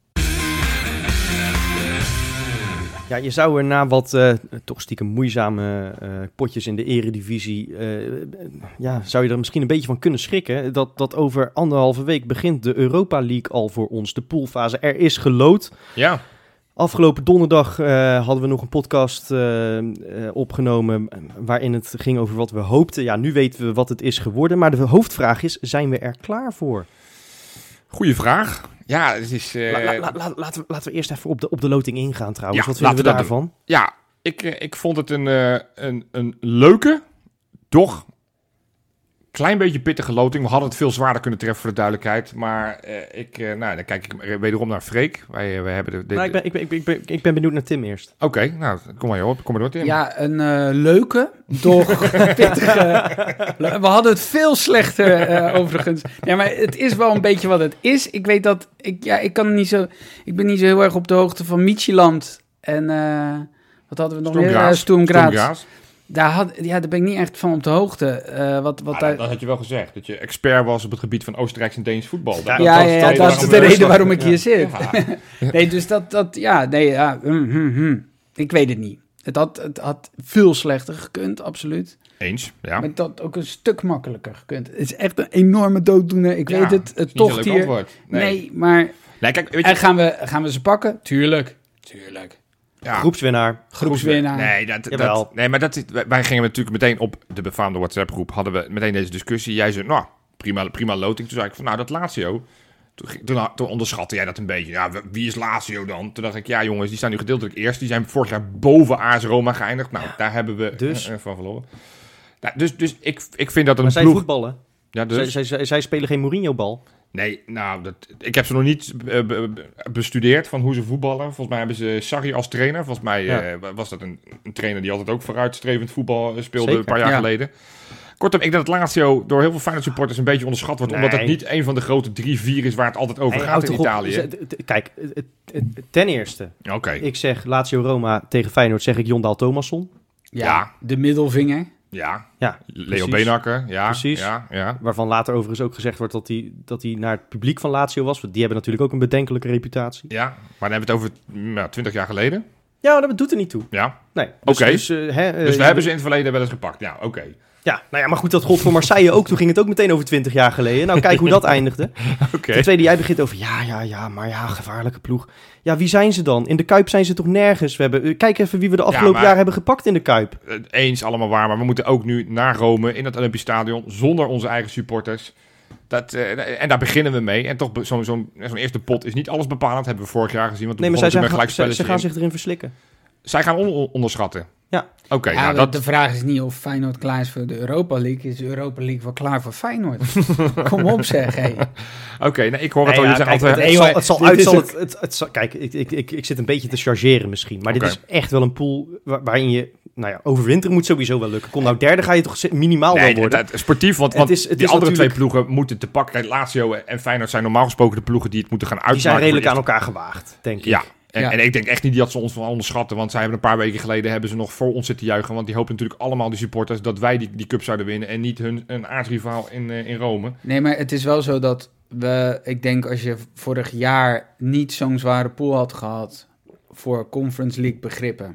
Ja, je zou er na wat uh, toch stiekem moeizame uh, potjes in de eredivisie... Uh, ja, zou je er misschien een beetje van kunnen schrikken. Dat, dat over anderhalve week begint de Europa League al voor ons. De poolfase. Er is gelood. Ja. Afgelopen donderdag uh, hadden we nog een podcast uh, uh, opgenomen waarin het ging over wat we hoopten. Ja, nu weten we wat het is geworden. Maar de hoofdvraag is, zijn we er klaar voor? Goeie vraag. Ja, het is... Uh... La, la, la, la, laten, we, laten we eerst even op de, op de loting ingaan trouwens. Ja, wat vinden we laten we dat daarvan? Ja, ik, ik vond het een, uh, een, een leuke, toch klein beetje pittige loting. We hadden het veel zwaarder kunnen treffen voor de duidelijkheid. Maar uh, ik, uh, nou, dan kijk ik wederom naar Freek. Wij, wij hebben de, de, nou, ik, ben, ik, ben, ik, ben, ik, ben, ik ben benieuwd naar Tim eerst. Oké, okay, nou, kom maar joh, kom maar door Tim. Ja, een uh, leuke, doch pittige... We hadden het veel slechter uh, overigens. Ja, maar het is wel een beetje wat het is. Ik weet dat... Ik, ja, ik, kan niet zo, ik ben niet zo heel erg op de hoogte van Midtjylland. En uh, wat hadden we nog meer? Uh, Sturm Graz. Daar, had, ja, daar ben ik niet echt van op de hoogte. Uh, wat, wat ah, daar... dat, dat had je wel gezegd. Dat je expert was op het gebied van Oostenrijks en Deens voetbal. Ja, dat, ja, dat, ja, dat, ja, dat is de reden waarom ik hier zit. Ja. nee, dus dat, dat ja, nee, ja, mm, mm, mm. ik weet het niet. Het had, het had veel slechter gekund, absoluut. Eens, ja. Maar het had ook een stuk makkelijker gekund. Het is echt een enorme dooddoener. Ik ja, weet het, het tocht hier. Nee. nee, maar... Nee, kijk, weet je... En gaan we, gaan we ze pakken? Tuurlijk. Tuurlijk. Ja. Groepswinnaar. Groepswinnaar. Nee, dat, dat, nee, maar dat, wij gingen natuurlijk meteen op de befaamde WhatsApp-groep, hadden we meteen deze discussie. Jij zei, nou, prima, prima loting. Toen zei ik van, nou, dat Lazio. Toen, toen, toen onderschatte jij dat een beetje. Ja, wie is Lazio dan? Toen dacht ik, ja jongens, die staan nu gedeeltelijk eerst. Die zijn vorig jaar boven A S Roma geëindigd. Nou, daar hebben we dus. uh, van verloren. Nou, dus dus ik, ik vind dat een maar ploeg... zij voetballen. Ja, dus... zij, zij, zij spelen geen Mourinho-bal. Nee, nou, dat, ik heb ze nog niet uh, bestudeerd van hoe ze voetballen. Volgens mij hebben ze Sarri als trainer. Volgens mij uh, ja. was dat een, een trainer die altijd ook vooruitstrevend voetbal speelde. Zeker. Een paar jaar ja. geleden. Kortom, ik denk dat Lazio door heel veel Feyenoord supporters een beetje onderschat wordt. Nee. Omdat het niet een van de grote drie, vier is waar het altijd over hey, gaat in Italië. Op, kijk, ten eerste. Okay. Ik zeg Lazio Roma tegen Feyenoord, zeg ik Jondal Thomasson. Ja, ja, de middelvinger. Ja, ja Leo Beenhakker. Ja, precies. Ja, ja. Waarvan later overigens ook gezegd wordt dat hij dat hij naar het publiek van Lazio was. Want die hebben natuurlijk ook een bedenkelijke reputatie. Ja, maar dan hebben we het over nou, twintig jaar geleden. Ja, dat doet er niet toe. Ja, nee. Dus, oké. Okay. Dus, uh, hè, uh, dus we hebben ze in het verleden wel eens gepakt. Ja, oké. Okay. Ja, nou ja, maar goed, dat gold voor Marseille ook. Toen ging het ook meteen over twintig jaar geleden. Nou, kijk hoe dat eindigde. Okay. Ten tweede, jij begint over, ja, ja, ja, maar ja, gevaarlijke ploeg. Ja, wie zijn ze dan? In de Kuip zijn ze toch nergens? We hebben, kijk even wie we de afgelopen ja, maar, jaar hebben gepakt in de Kuip. Eens, allemaal waar, maar we moeten ook nu naar Rome in het Olympisch Stadion, zonder onze eigen supporters. Dat, uh, en daar beginnen we mee. En toch, zo'n zo zo'n eerste pot is niet alles bepalend. Hebben we vorig jaar gezien. Want nee, maar zij zijn, gelijk ze, ze gaan in. zich erin verslikken. Zij gaan on- onderschatten. Ja. Oké. Okay, ja, nou, dat... De vraag is niet of Feyenoord klaar is voor de Europa League. Is de Europa League wel klaar voor Feyenoord? Kom op zeg, hé. Oké, okay, nou, ik hoor het nee, al. Ja, je kijk, zegt het, het, zal, het zal uit... Zal het, het, het zal, kijk, ik, ik, ik, ik zit een beetje te chargeren misschien. Maar okay. dit is echt wel een pool waar, waarin je... Nou ja, overwinteren moet sowieso wel lukken. Kom nou, derde ga je toch minimaal nee, wel worden. Dat, sportief, want, want is, die andere natuurlijk... twee ploegen moeten te pakken. Lazio en Feyenoord zijn normaal gesproken de ploegen die het moeten gaan uitmaken. Die zijn redelijk aan elkaar gewaagd, denk ik. Ja. En, ja. en ik denk echt niet dat ze ons van onderschatten. Want zij hebben een paar weken geleden hebben ze nog voor ons zitten juichen. Want die hopen natuurlijk allemaal, die supporters, dat wij die, die cup zouden winnen. En niet hun een aardsrivaal in, uh, in Rome. Nee, maar het is wel zo dat we, ik denk als je vorig jaar niet zo'n zware pool had gehad voor Conference League begrippen.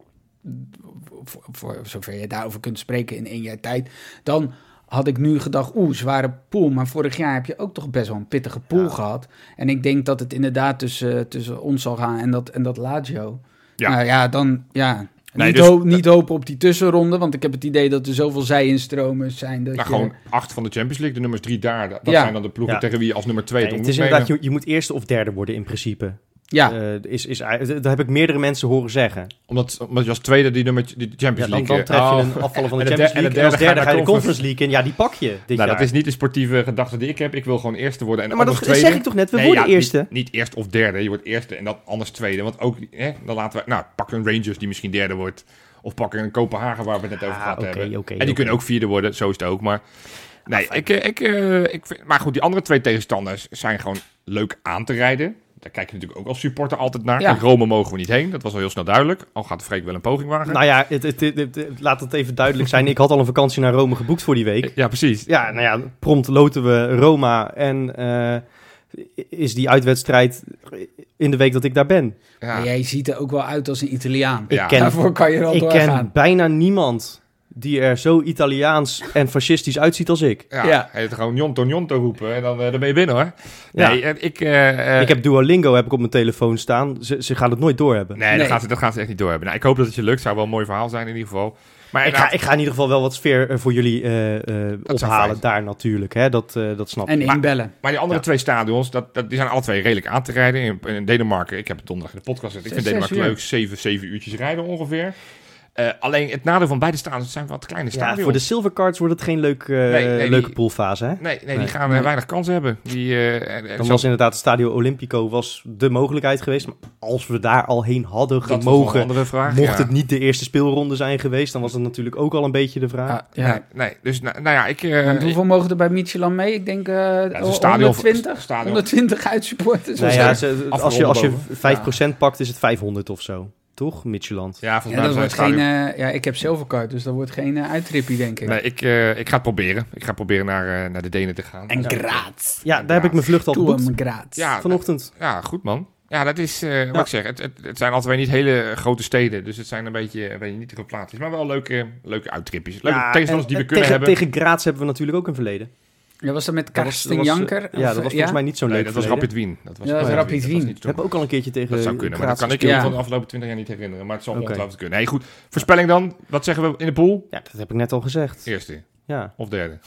Voor, voor zover je daarover kunt spreken in één jaar tijd. Dan had ik nu gedacht, oeh, zware pool. Maar vorig jaar heb je ook toch best wel een pittige pool ja. gehad. En ik denk dat het inderdaad tussen, tussen ons zal gaan en dat, en dat Lazio. Ja. Nou ja, dan ja, nee, niet, dus, ho- niet hopen op die tussenronde. Want ik heb het idee dat er zoveel zij-instromen zijn. Dat nou, je... gewoon acht van de Champions League. De nummers drie daar. Dat ja. zijn dan de ploegen ja. tegen wie je als nummer twee... Nee, het is inderdaad, je, je moet eerste of derde worden in principe. Ja. Uh, is, is, dat heb ik meerdere mensen horen zeggen. Omdat, omdat je als tweede die nummer die Champions ja, dan, League... Dan tref je oh. een afvallen van de, de Champions League. En, de, en als derde ga je de Conference League in. Ja, die pak je dit nou, jaar. Dat is niet de sportieve gedachte die ik heb. Ik wil gewoon eerste worden. En ja, maar dat, tweede. dat zeg ik toch net. We nee, worden ja, eerste. Niet, niet eerst of derde. Je wordt eerste en dan anders tweede. Want ook, hè, dan laten we... Nou, pak een Rangers die misschien derde wordt. Of pak een Kopenhagen waar we het net over ah, gehad okay, hebben. Okay, en die okay. kunnen ook vierde worden. Zo is het ook. Maar nee, ik, ik, uh, ik vind, maar goed, die andere twee tegenstanders zijn gewoon leuk aan te rijden. Daar kijk je natuurlijk ook als supporter altijd naar. Ja. In Rome mogen we niet heen. Dat was al heel snel duidelijk. Al gaat de Freek wel een poging wagen. Nou ja, het, het, het, het, laat het even duidelijk zijn. Ik had al een vakantie naar Rome geboekt voor die week. Ja, precies. Ja, nou ja, prompt loten we Roma. En uh, is die uitwedstrijd in de week dat ik daar ben. Ja. Maar jij ziet er ook wel uit als een Italiaan. Ik ken, Daarvoor kan je er al ik doorgaan. ken bijna niemand die er zo Italiaans en fascistisch uitziet als ik. Ja, ja. Hij heeft gewoon Njonto Njonto roepen en dan, uh, dan ben je binnen hoor. Nee, ja. ik... Uh, uh, ik heb Duolingo heb ik op mijn telefoon staan. Ze, ze gaan het nooit doorhebben. Nee, nee. Dat, gaat ze, dat gaan ze echt niet doorhebben. Nou, ik hoop dat het je lukt. Zou wel een mooi verhaal zijn in ieder geval. Maar ik, ga, ik ga in ieder geval wel wat sfeer voor jullie uh, uh, ophalen daar natuurlijk. Hè? Dat, uh, dat snap ik. En inbellen. Maar, maar die andere ja. twee stadions, dat, dat, die zijn alle twee redelijk aan te rijden. In, in Denemarken, ik heb het donderdag in de podcast gezet. Ik vind Denemarken leuk. Zeven, zeven uurtjes rijden ongeveer. Uh, alleen het nadeel van beide stadions zijn wat kleine stadions. Ja, voor de Silvercards wordt het geen leuk, uh, nee, nee, leuke die, poolfase, hè? Nee, nee, nee, die gaan uh, weinig kansen hebben. Die, uh, Dan was inderdaad het Stadio Olimpico was de mogelijkheid geweest. Maar als we daar al heen hadden gemogen, vraag, mocht ja. het niet de eerste speelronde zijn geweest, dan was dat natuurlijk ook al een beetje de vraag. Ah, ja. Nee, nee, dus nou, nou ja, ik... Uh, hoeveel mogen er bij Michelin mee? Ik denk uh, ja, honderdtwintig, stadion. honderdtwintig uitsupporters. Nou ja, ze, als je, als je vijf procent ja. pakt, is het vijfhonderd of zo. toch? Midtjylland. Ja, volgens Ja, mij dat wordt zijn geen, het uh, ja, ik heb Silvercard, dus dat wordt geen uh, uittrippie, denk ik. Nee, ik, uh, ik ga het proberen. Ik ga proberen naar, uh, naar de Denen te gaan. En ja. Graz. Ja, daar heb ik mijn vlucht al geboekt. Graz. Ja, vanochtend. Ja, goed man. Ja, dat is, uh, ja. wat ik zeg, het, het, het zijn altijd niet hele grote steden. Dus het zijn een beetje, een beetje nietige plaatsjes. Maar wel leuke, leuke uittripjes. Leuke ja, tegenstanders die we kunnen tegen, hebben. Tegen Graz hebben we natuurlijk ook een verleden. Ja, was dat met Karsten dat was, Janker? Uh, ja, dat was volgens ja? mij niet zo'n nee, leuk dat was Rapid Wien. Dat was, ja, dat was Rapid Wien. We hebben ook al een keertje tegen Dat zou kunnen, Graz maar dat kan ik ja. van de afgelopen twintig jaar niet herinneren. Maar het zal okay. ongetwijfeld kunnen. Hey, goed. Voorspelling dan. Wat zeggen we in de pool? Ja, dat heb ik net al gezegd. Eerste. Ja. Of derde.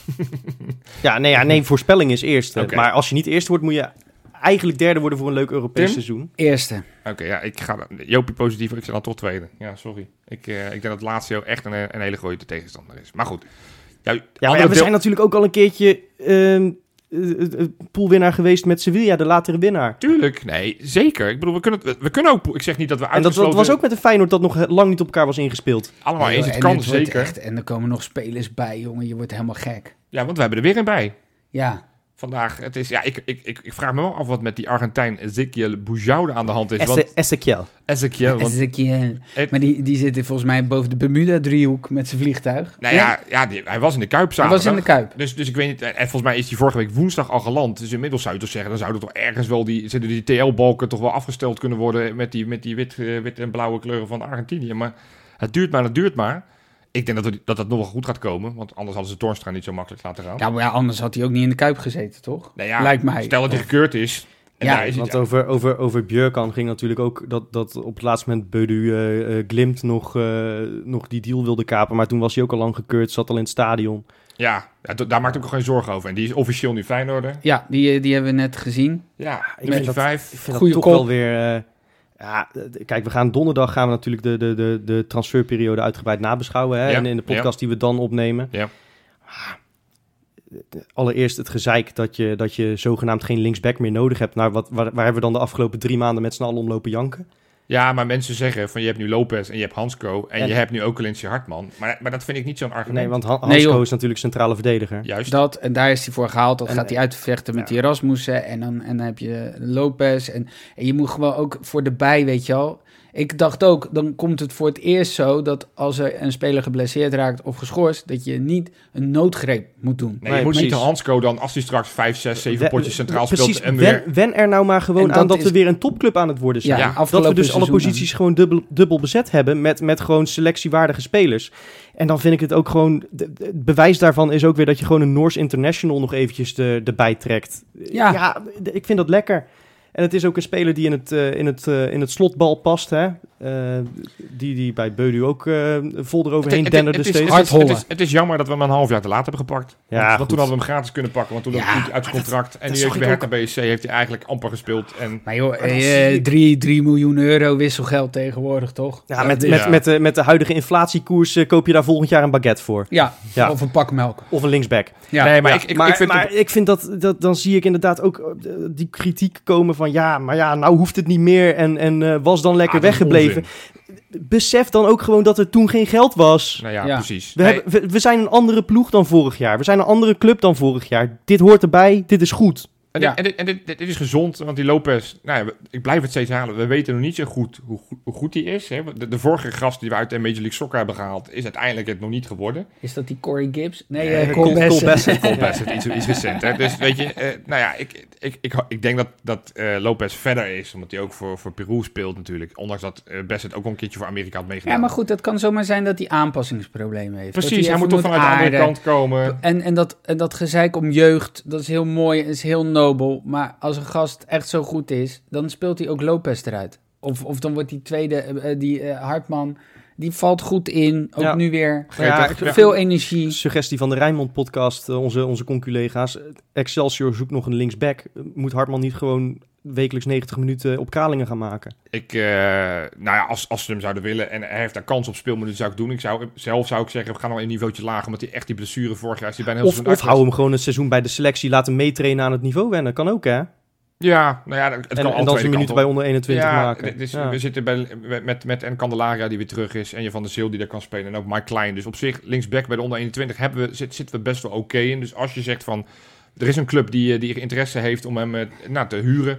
ja, nee, ja, nee, voorspelling is eerste. Okay. Maar als je niet eerste wordt, moet je eigenlijk derde worden voor een leuk Europees Tim? seizoen. Eerste. Oké, okay, ja, ik ga Jopie positief, ik zeg dan toch tweede. Ja, sorry. Ik, uh, ik denk dat Lazio echt een, een hele goede tegenstander is. Maar goed. Ja, ja, maar ja, we deel... zijn natuurlijk ook al een keertje uh, uh, uh, poolwinnaar geweest met Sevilla, de latere winnaar. Tuurlijk, nee, zeker. Ik bedoel, we kunnen, we kunnen ook... Ik zeg niet dat we uitgesloten... En dat, dat was ook met de Feyenoord dat nog lang niet op elkaar was ingespeeld. Allemaal eens, het kan het zeker. Echt, en er komen nog spelers bij, jongen. Je wordt helemaal gek. Ja, want we hebben er weer een bij. Ja. Vandaag, het is, ja, ik, ik, ik, ik vraag me wel af wat met die Argentijn Ezequiel Bujaude aan de hand is. Want... Ezequiel. Ezequiel. Want... Ezequiel. Het... Maar die, die zit volgens mij boven de Bermuda-driehoek met zijn vliegtuig. Nou ja, ja, ja die, hij was in de Kuip zaterdag. Hij was in de Kuip. Dus, dus ik weet niet, en volgens mij is hij vorige week woensdag al geland. Dus inmiddels zou je toch zeggen, dan zouden toch ergens wel die, zouden die T L-balken toch wel afgesteld kunnen worden met die, met die wit, uh, wit en blauwe kleuren van Argentinië. Maar het duurt maar, het duurt maar. Ik denk dat, we, dat dat nog wel goed gaat komen, want anders hadden ze Toornstra niet zo makkelijk laten gaan. Ja, maar ja, anders had hij ook niet in de Kuip gezeten, toch? Nou ja, lijkt mij. Stel dat hij gekeurd is. En ja, is want het, ja. over, over, over Björkan ging natuurlijk ook dat, dat op het laatste moment Beudu uh, uh, Glimt nog, uh, nog die deal wilde kapen. Maar toen was hij ook al lang gekeurd, zat al in het stadion. Ja, ja d- daar maak ik ook geen zorgen over. En die is officieel nu Feyenoorder. Ja, die, die hebben we net gezien. Ja, ik vind dat, vijf. Ik vind Goeie dat toch kop. wel weer... Uh, ja, kijk, we gaan donderdag gaan we natuurlijk de, de, de, de transferperiode uitgebreid nabeschouwen. Hè? Ja, en in de podcast ja. die we dan opnemen. Ja. Allereerst het gezeik dat je, dat je zogenaamd geen linksback meer nodig hebt. Nou, wat, waar, waar hebben we dan de afgelopen drie maanden met z'n allen omlopen janken? Ja, maar mensen zeggen van je hebt nu Lopez en je hebt Hansco en, en je hebt nu ook Lindsay Hartman. Maar, maar dat vind ik niet zo'n argument. Nee, want Han- Hansco nee, is natuurlijk centrale verdediger. Juist. Dat, en daar is hij voor gehaald. Dat en, gaat hij uitvechten met ja. die Rasmussen. En dan, en dan heb je Lopez. En, en je moet gewoon ook voor de bij, weet je wel. Ik dacht ook, dan komt het voor het eerst zo dat als er een speler geblesseerd raakt of geschorst, dat je niet een noodgreep moet doen. Nee, je nee, moet precies. niet de Hansco dan, als hij straks vijf, zes, zeven we, potjes centraal precies, speelt. En weer... wen, wen er nou maar gewoon aan dat is... we weer een topclub aan het worden zijn. Ja, ja, dat we dus alle posities dan. gewoon dubbel, dubbel bezet hebben met, met gewoon selectiewaardige spelers. En dan vind ik het ook gewoon, het bewijs daarvan is ook weer dat je gewoon een Noors International nog eventjes de, erbij trekt. Ja. ja, ik vind dat lekker. En het is ook een speler die in het, uh, in het, uh, in het slotbal past. Hè? Uh, die, die bij Beudu ook uh, vol eroverheen denderde steeds. Het is, het, is, het is jammer dat we hem een half jaar te laat hebben gepakt. Ja, want, want toen hadden we hem gratis kunnen pakken. Want toen ja, hij uit zijn contract. Dat, en nu heeft hij bij Hertha B S C heeft hij eigenlijk amper gespeeld. En, maar joh, maar uh, drie, drie miljoen euro wisselgeld tegenwoordig, toch? Ja, met, ja. Met, met, de, met de huidige inflatiekoers uh, koop je daar volgend jaar een baguette voor. Ja, ja. Of een pak melk. Of een linksback. Ja. Nee, maar, ja. ik, ik, maar, ik vind, maar het... ik vind dat, dat... Dan zie ik inderdaad ook uh, die kritiek komen van... Ja, maar ja, nou hoeft het niet meer. En, en uh, was dan lekker ah, weggebleven. Besef dan ook gewoon dat er toen geen geld was. Nou ja, ja. precies. We, nee. hebben, we, we zijn een andere ploeg dan vorig jaar. We zijn een andere club dan vorig jaar. Dit hoort erbij. Dit is goed. En, ja. dit, en, dit, en dit, dit, dit is gezond, want die Lopez... Nou ja, ik blijf het steeds halen. We weten nog niet zo goed hoe, hoe goed hij is. Hè. De, de vorige gast die we uit de Major League Soccer hebben gehaald... is uiteindelijk het nog niet geworden. Is dat die Corey Gibbs? Nee, nee uh, Cole Bassett. Cole Bassett, Cole Bassett iets, iets recent. Hè. Dus weet je, uh, nou ja, ik, ik, ik, ik denk dat, dat uh, Lopez verder is. Omdat hij ook voor, voor Peru speelt natuurlijk. Ondanks dat uh, Bassett ook al een keertje voor Amerika had meegedaan. Ja, maar goed, het kan zomaar zijn dat hij aanpassingsproblemen heeft. Precies, hij, hij moet toch vanuit de andere kant komen. En, en, dat, en dat gezeik om jeugd, dat is heel mooi, is heel nobel. Maar als een gast echt zo goed is, dan speelt hij ook Lopez eruit. Of, of dan wordt die tweede, uh, die uh, Hartman, die valt goed in. Ook ja. nu weer. Ja, veel ja. energie. Suggestie van de Rijnmond podcast, uh, onze, onze conculega's. Excelsior zoekt nog een linksback. Moet Hartman niet gewoon wekelijks negentig minuten op Kralingen gaan maken? Ik, uh, nou ja, als, als ze hem zouden willen en hij heeft daar kans op speelminuten, zou ik doen. Ik zou, zelf zou ik zeggen, we gaan al een niveautje lager, omdat hij echt die blessure vorig jaar is. Die bijna heel of of hou hem gewoon een seizoen bij de selectie, laat hem meetrainen aan het niveau wennen. Kan ook, hè? Ja, nou ja, het en, kan en dan zijn minuten bij onder eenentwintig ja, maken. Dus ja. We zitten bij, met, met en Candelaria die weer terug is en je Van der Zeel die daar kan spelen en ook Mike Klein. Dus op zich, linksback bij de onder eenentwintig hebben we, zit, zitten we best wel oké okay in. Dus als je zegt van, er is een club die, die interesse heeft om hem nou, te huren,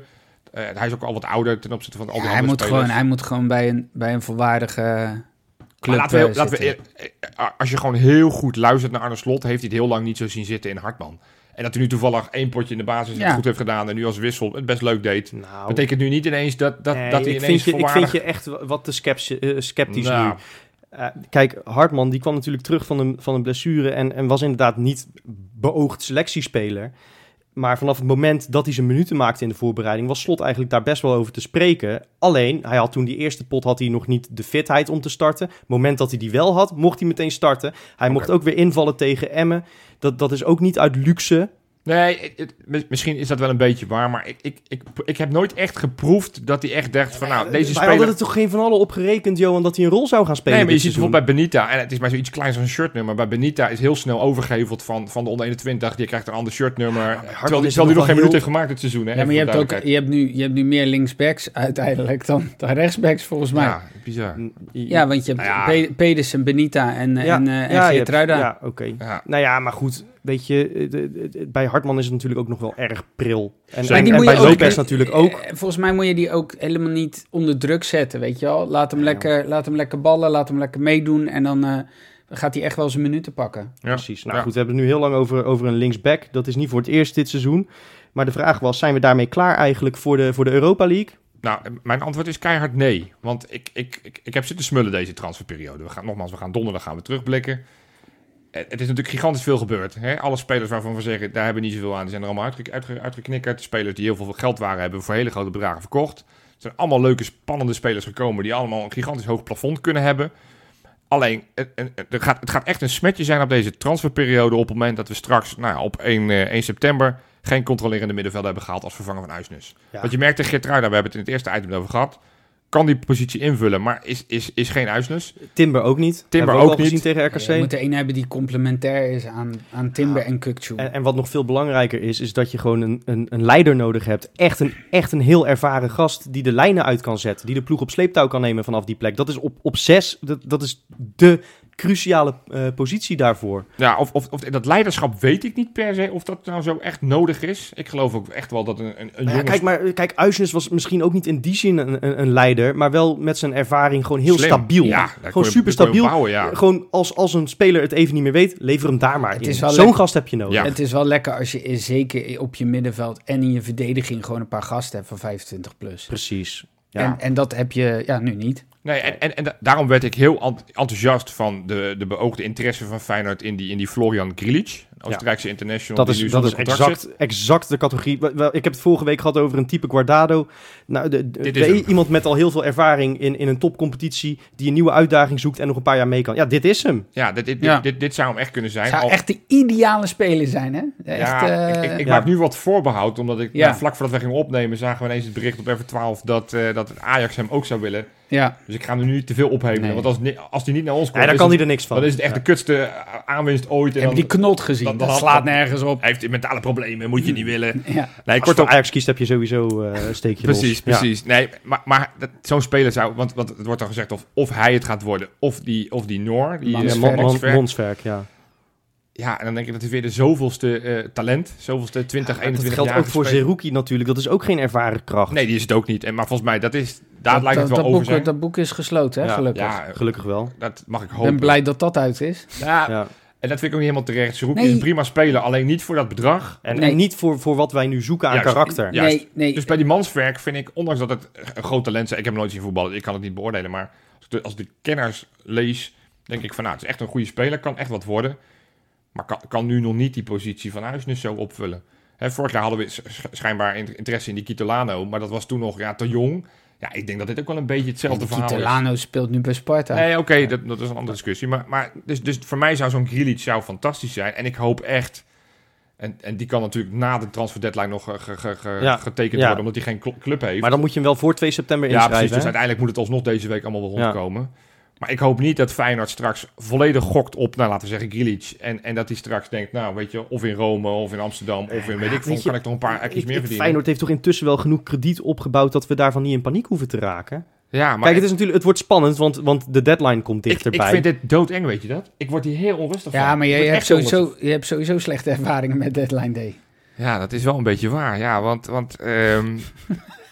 Uh, hij is ook al wat ouder ten opzichte van al die Ja, hij, andere moet spelers. gewoon, hij moet gewoon bij een, bij een volwaardige club Maar laten we, uh, laten we, uh, als je gewoon heel goed luistert naar Arne Slot, heeft hij het heel lang niet zo zien zitten in Hartman. En dat hij nu toevallig één potje in de basis Ja. het goed heeft gedaan en nu als wissel het best leuk deed. Nou, Betekent nu niet ineens dat, dat, nee, dat hij ik, ineens vind je, ik volwaardig... vind je echt wat te sceptisch, uh, sceptisch Nou. nu. Uh, kijk, Hartman die kwam natuurlijk terug van een, van een blessure en, en was inderdaad niet beoogd selectiespeler. Maar vanaf het moment dat hij zijn minuten maakte in de voorbereiding, was Slot eigenlijk daar best wel over te spreken. Alleen, hij had toen die eerste pot had hij nog niet de fitheid om te starten. Het moment dat hij die wel had, mocht hij meteen starten. Hij Okay. mocht ook weer invallen tegen Emmen. Dat, dat is ook niet uit luxe. Nee, het, het, misschien is dat wel een beetje waar, maar ik, ik, ik, ik heb nooit echt geproefd dat hij echt dacht van nou, deze Wij speler... hadden er toch geen van allen op gerekend, Johan, dat hij een rol zou gaan spelen Nee, maar je dit ziet seizoen. bijvoorbeeld bij Benita, en het is maar zoiets kleins als een shirtnummer, bij Benita is heel snel overgeheveld van, van de onder eenentwintig, die krijgt een ander shirtnummer, Ja, terwijl, is terwijl nog hij nog wel geen heel- minuut heeft gemaakt dit seizoen. Hè, Ja, maar je even hebt, voor ook, je, hebt nu, je hebt nu meer linksbacks uiteindelijk dan, dan rechtsbacks volgens mij. Ja, Ja, bizar. Ja, want je hebt Nou ja. Pe- Pedersen, Benita en, ja, en, uh, en ja, je Geertruida. hebt- Ja, oké. Ja. Nou ja, maar goed, weet je, de- de- de- bij Hartman is het natuurlijk ook nog wel erg pril. En, Zeker. en, die en moet bij je ook- Lopez natuurlijk ook. Eh, Volgens mij moet je die ook helemaal niet onder druk zetten, weet je wel. Laat hem, Ja. lekker, laat hem lekker ballen, laat hem lekker meedoen en dan uh, gaat hij echt wel zijn minuten pakken. Ja. Precies. Nou Ja. goed, we hebben het nu heel lang over, over een linksback. Dat is niet voor het eerst dit seizoen. Maar de vraag was, zijn we daarmee klaar eigenlijk voor de, voor de Europa League? Nou, mijn antwoord is keihard nee. Want ik, ik, ik, ik heb zitten smullen deze transferperiode. We gaan, nogmaals, we gaan donderdag gaan we terugblikken. Het het is natuurlijk gigantisch veel gebeurd. Hè? Alle spelers waarvan we zeggen, daar hebben we niet zoveel aan. Die zijn er allemaal uitge, uitge, uitgeknikkerd. De spelers die heel veel geld waren, hebben voor hele grote bedragen verkocht. Er zijn allemaal leuke, spannende spelers gekomen die allemaal een gigantisch hoog plafond kunnen hebben. Alleen, het, het, het, gaat, het gaat echt een smetje zijn op deze transferperiode op het moment dat we straks nou ja, op één, uh, één september geen controlerende middenvelder hebben gehaald als vervanger van Uisnes. Ja. Want je merkt tegen Geertruida, we hebben het in het eerste item over gehad, kan die positie invullen, maar is, is, is geen Uisnes. Timber ook niet. Timber Hebben we ook al gezien niet. tegen R K C. Je moet er één hebben die complementair is aan, aan Timber Ja. en Kukçu. En, en wat nog veel belangrijker is, is dat je gewoon een, een, een leider nodig hebt. Echt een, echt een heel ervaren gast die de lijnen uit kan zetten. Die de ploeg op sleeptouw kan nemen vanaf die plek. Dat is op, op zes, dat, dat is de cruciale uh, positie daarvoor. Ja, of, of, of dat leiderschap weet ik niet per se of dat nou zo echt nodig is. Ik geloof ook echt wel dat een, een, een Nou ja, jonge... kijk, maar kijk, Uisnes was misschien ook niet in die zin een, een, een leider, maar wel met zijn ervaring gewoon heel Slim. stabiel. Ja, daar gewoon kon je- super daar kon je stabiel. op bouwen, ja. Gewoon als, als een speler het even niet meer weet, lever hem daar maar Het in. is wel Zo'n lekker- gast heb je nodig. Ja. Het is wel lekker als je zeker op je middenveld en in je verdediging gewoon een paar gasten hebt van vijfentwintig plus. Precies. Ja. En, en dat heb je ja, nu niet. Nee, en, en, en da- daarom werd ik heel ent- enthousiast van de, de beoogde interesse van Feyenoord in die, in die Florian Grilic, een Oostenrijkse international. Dat die is, nu dat is zonder contract exact, exact de categorie. Wel, wel, ik heb het vorige week gehad over een type Guardado. Nou, de, de- Dit is de- hem. iemand met al heel veel ervaring in, in een topcompetitie, die een nieuwe uitdaging zoekt en nog een paar jaar mee kan. Ja, dit is hem. zit. Ja, dit, dit, Ja. Dit, dit, dit zou hem echt kunnen zijn. Het zou Al- echt de ideale speler zijn, hè? Echt, ja, eh, ik, ik, ik ja. maak nu wat voorbehoud, omdat ik Ja. nou, vlak voordat we gingen opnemen, zagen we ineens het bericht op F twaalf dat, uh, dat het Ajax hem ook zou willen. ja. Dus ik ga hem nu niet te veel ophevelen, Nee. want als, ni- als die niet naar ons komt, Ja, daar is kan het, hij er niks van. dan is het echt Ja. de kutste uh, aanwinst ooit. En Heb je dan, die knot gezien? dan- dan dat had- slaat dan- nergens op. hij heeft mentale problemen, moet je niet willen. Ja. Nee, Als je kortom, voor Ajax kiest, heb je sowieso uh, een steekje precies, los. Ja. precies. Nee, maar, maar dat, zo'n speler zou, want, want het wordt dan gezegd of, of hij het gaat worden, of die, of die Noor, die Ja, Mansverk. Mon- Mon- Mansverk. Monsverk, ja. Ja, en dan denk ik dat hij weer de zoveelste uh, talent, zoveelste twintig, Dat eenentwintig geldt jaar ook voor Zerouki natuurlijk. Dat is ook geen ervaren kracht. Nee, die is het ook niet. En, maar volgens mij, dat is, daar dat, lijkt het dat, wel dat over boek, zijn. dat boek is gesloten, hè? Ja. Gelukkig. Ja, Gelukkig wel. dat mag ik Ik hopen. ben blij dat dat uit is. Ja, Ja. en dat vind ik ook niet helemaal terecht. Zerouki Nee. is een prima speler, alleen niet voor dat bedrag. En, Nee. en niet voor, voor wat wij nu zoeken aan Juist. karakter. Juist. Nee, nee. Dus bij die Mansverk vind ik, ondanks dat het een groot talent is, ik heb hem nooit zien voetballen, ik kan het niet beoordelen, maar als ik de, als ik de kenners lees, denk ik van, nou, het is echt een goede speler, kan echt wat worden, maar kan, kan nu nog niet die positie van Huisnes zo opvullen. Hè, vorig jaar hadden we sch- schijnbaar interesse in die Kitolano, maar dat was toen nog ja, te jong. Ja, ik denk dat dit ook wel een beetje hetzelfde verhaal is. Kitolano speelt nu bij Sparta. Nee, oké, okay, dat, dat is een andere discussie. Maar, maar dus, dus voor mij zou zo'n Grilic zou fantastisch zijn. En ik hoop echt... En, en die kan natuurlijk na de transfer deadline nog ge, ge, ge, Ja, getekend ja. worden, omdat hij geen cl- club heeft. Maar dan moet je hem wel voor twee september ja, inschrijven. precies. Dus hè? uiteindelijk moet het alsnog deze week allemaal wel Ja. rondkomen. Maar ik hoop niet dat Feyenoord straks volledig gokt op, nou laten we zeggen, Grilic. En, en dat hij straks denkt, nou weet je, of in Rome, of in Amsterdam, of in weet ik veel, Weet je, kan ik nog een paar ekjes Ik- meer ik- verdienen. Feyenoord heeft toch intussen wel genoeg krediet opgebouwd dat we daarvan niet in paniek hoeven te raken. Ja, maar Kijk, het, is natuurlijk, het wordt spannend, want, want de deadline komt ik, dichterbij. ik vind dit doodeng, weet je dat? Ik word hier heel onrustig van. Ja, maar Ik je, word je, hebt echt heel onrustig. sowieso, je hebt sowieso slechte ervaringen met Deadline Day. Ja, dat is wel een beetje waar. Ja, want, want ehm,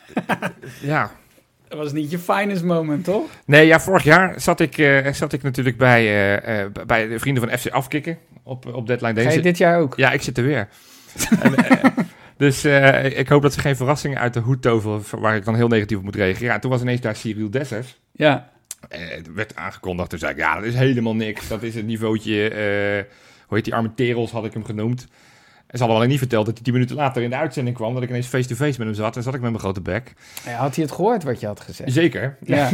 ja. Dat was niet je finest moment, toch? Nee, ja, vorig jaar zat ik, uh, zat ik natuurlijk bij, uh, uh, bij de vrienden van F C Afkikken op, op Deadline Day. Ga je dit jaar ook? Ja, ik zit er weer. en, uh, dus uh, ik hoop dat ze geen verrassingen uit de hoed toveren waar ik dan heel negatief op moet reageren. Ja, toen was ineens daar Cyril Dessers. Ja. Uh, het werd aangekondigd. Toen zei ik, ja, dat is helemaal niks. Dat is het niveautje, uh, hoe heet die, Armenteros had ik hem genoemd. En ze hadden alleen niet verteld dat hij tien minuten later in de uitzending kwam, dat ik ineens face-to-face met hem zat en zat ik met mijn grote bek. Ja, had hij het gehoord wat je had gezegd? Zeker. Ja.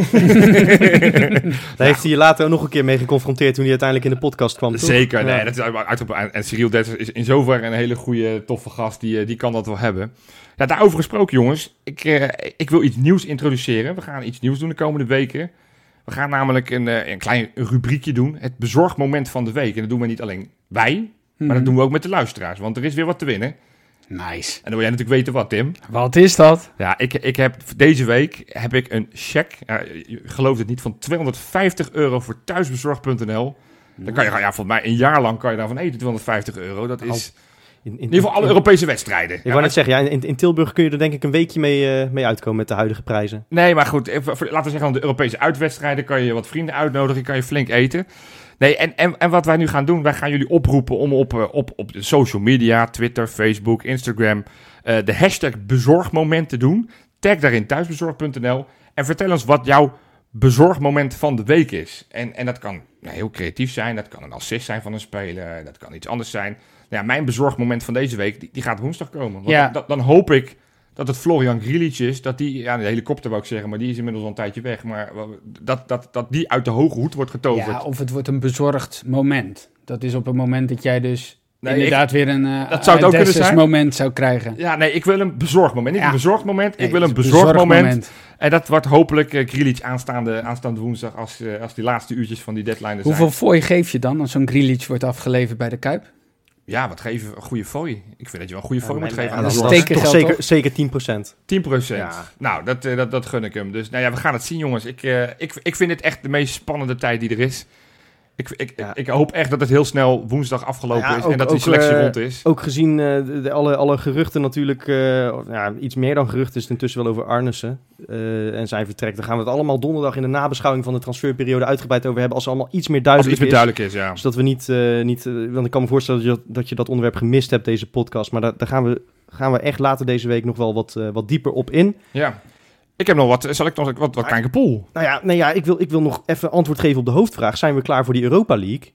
Daar heeft hij je later ook nog een keer mee geconfronteerd toen hij uiteindelijk in de podcast kwam, toch? Zeker, Ja. nee, dat is uitgeprobeerd. En Cyril Dessers is in zoverre een hele goede, toffe gast, die, die kan dat wel hebben. Ja, daarover gesproken, jongens. Ik, uh, ik wil iets nieuws introduceren. We gaan iets nieuws doen de komende weken. We gaan namelijk een, uh, een klein rubriekje doen. Het bezorgmoment van de week. En dat doen we niet alleen wij, maar dat doen we ook met de luisteraars. Want er is weer wat te winnen. Nice. En dan wil jij natuurlijk weten wat, Tim. Wat is dat? Ja, ik, ik heb deze week heb ik een cheque, ja, je gelooft het niet, van tweehonderdvijftig euro voor thuisbezorgd punt n l. Dan kan je, ja, volgens mij een jaar lang kan je daarvan eten, tweehonderdvijftig euro. Dat is In, in, in ieder geval alle Europese wedstrijden. Ik Ja, wou net zeggen, ja, in, in Tilburg kun je er denk ik een weekje mee, uh, mee uitkomen met de huidige prijzen. Nee, maar goed, even, voor- laten we zeggen, aan de Europese uitwedstrijden kan je wat vrienden uitnodigen, kan je flink eten. Nee, en, en, en wat wij nu gaan doen, wij gaan jullie oproepen om op, uh, op, op de social media, Twitter, Facebook, Instagram, uh, de hashtag bezorgmoment te doen. Tag daarin thuisbezorgd punt n l en vertel ons wat jouw bezorgmoment van de week is. En, en dat kan nou, heel creatief zijn, dat kan een assist zijn van een speler, dat kan iets anders zijn. Nou ja, mijn bezorgmoment van deze week, die, die gaat woensdag komen. Want Ja. dan, dan hoop ik dat het Florian Grilic is, dat die, ja, de helikopter wou ik zeggen, maar die is inmiddels al een tijdje weg, maar dat, dat, dat die uit de hoge hoed wordt getoverd. Ja, of het wordt een bezorgd moment. Dat is op het moment dat jij dus Nee, inderdaad weer een uh, Dat zou het ook kunnen Dessers zijn. moment zou krijgen. Ja, nee, ik wil een bezorgd moment. Niet Ja. een bezorgd moment, ik Nee, wil het een is bezorgd moment. moment. En dat wordt hopelijk uh, Grilic aanstaande, aanstaande woensdag, als, uh, als die laatste uurtjes van die deadline er zijn. Hoeveel fooi geef je dan als zo'n Grilic wordt afgeleverd bij de Kuip? Ja, wat geven we? Een goede fooi. Ik vind dat je wel een goede fooi Ja, moet maar- geven ja, aan de dat dat is is jongens. toch tekengeld, zeker, toch? zeker tien procent. tien procent. Ja. Nou, dat, uh, dat, dat gun ik hem. Dus nou ja, we gaan het zien, jongens. Ik, uh, ik, ik vind het echt de meest spannende tijd die er is. Ik, ik, Ja. ik hoop echt dat het heel snel woensdag afgelopen Ja, is ook- en dat die ook, selectie uh, rond is. Ook gezien uh, de, de- alle, alle geruchten natuurlijk, uh, of, ja, iets meer dan geruchten is het intussen wel over Arnissen uh, en zijn vertrek. Daar gaan we het allemaal donderdag in de nabeschouwing van de transferperiode uitgebreid over hebben, als het allemaal iets meer Als duidelijk het iets meer is. duidelijk is, ja. Zodat we niet, uh, niet uh, want ik kan me voorstellen dat je dat, dat je dat onderwerp gemist hebt, deze podcast. Maar daar, daar gaan, we, gaan we echt later deze week nog wel wat, uh, wat dieper op in. Ja. Ik heb nog wat, zal ik nog wat, wat kleine pool? Nou ja, nee, ja ik, wil, ik wil nog even antwoord geven op de hoofdvraag. Zijn we klaar voor die Europa League?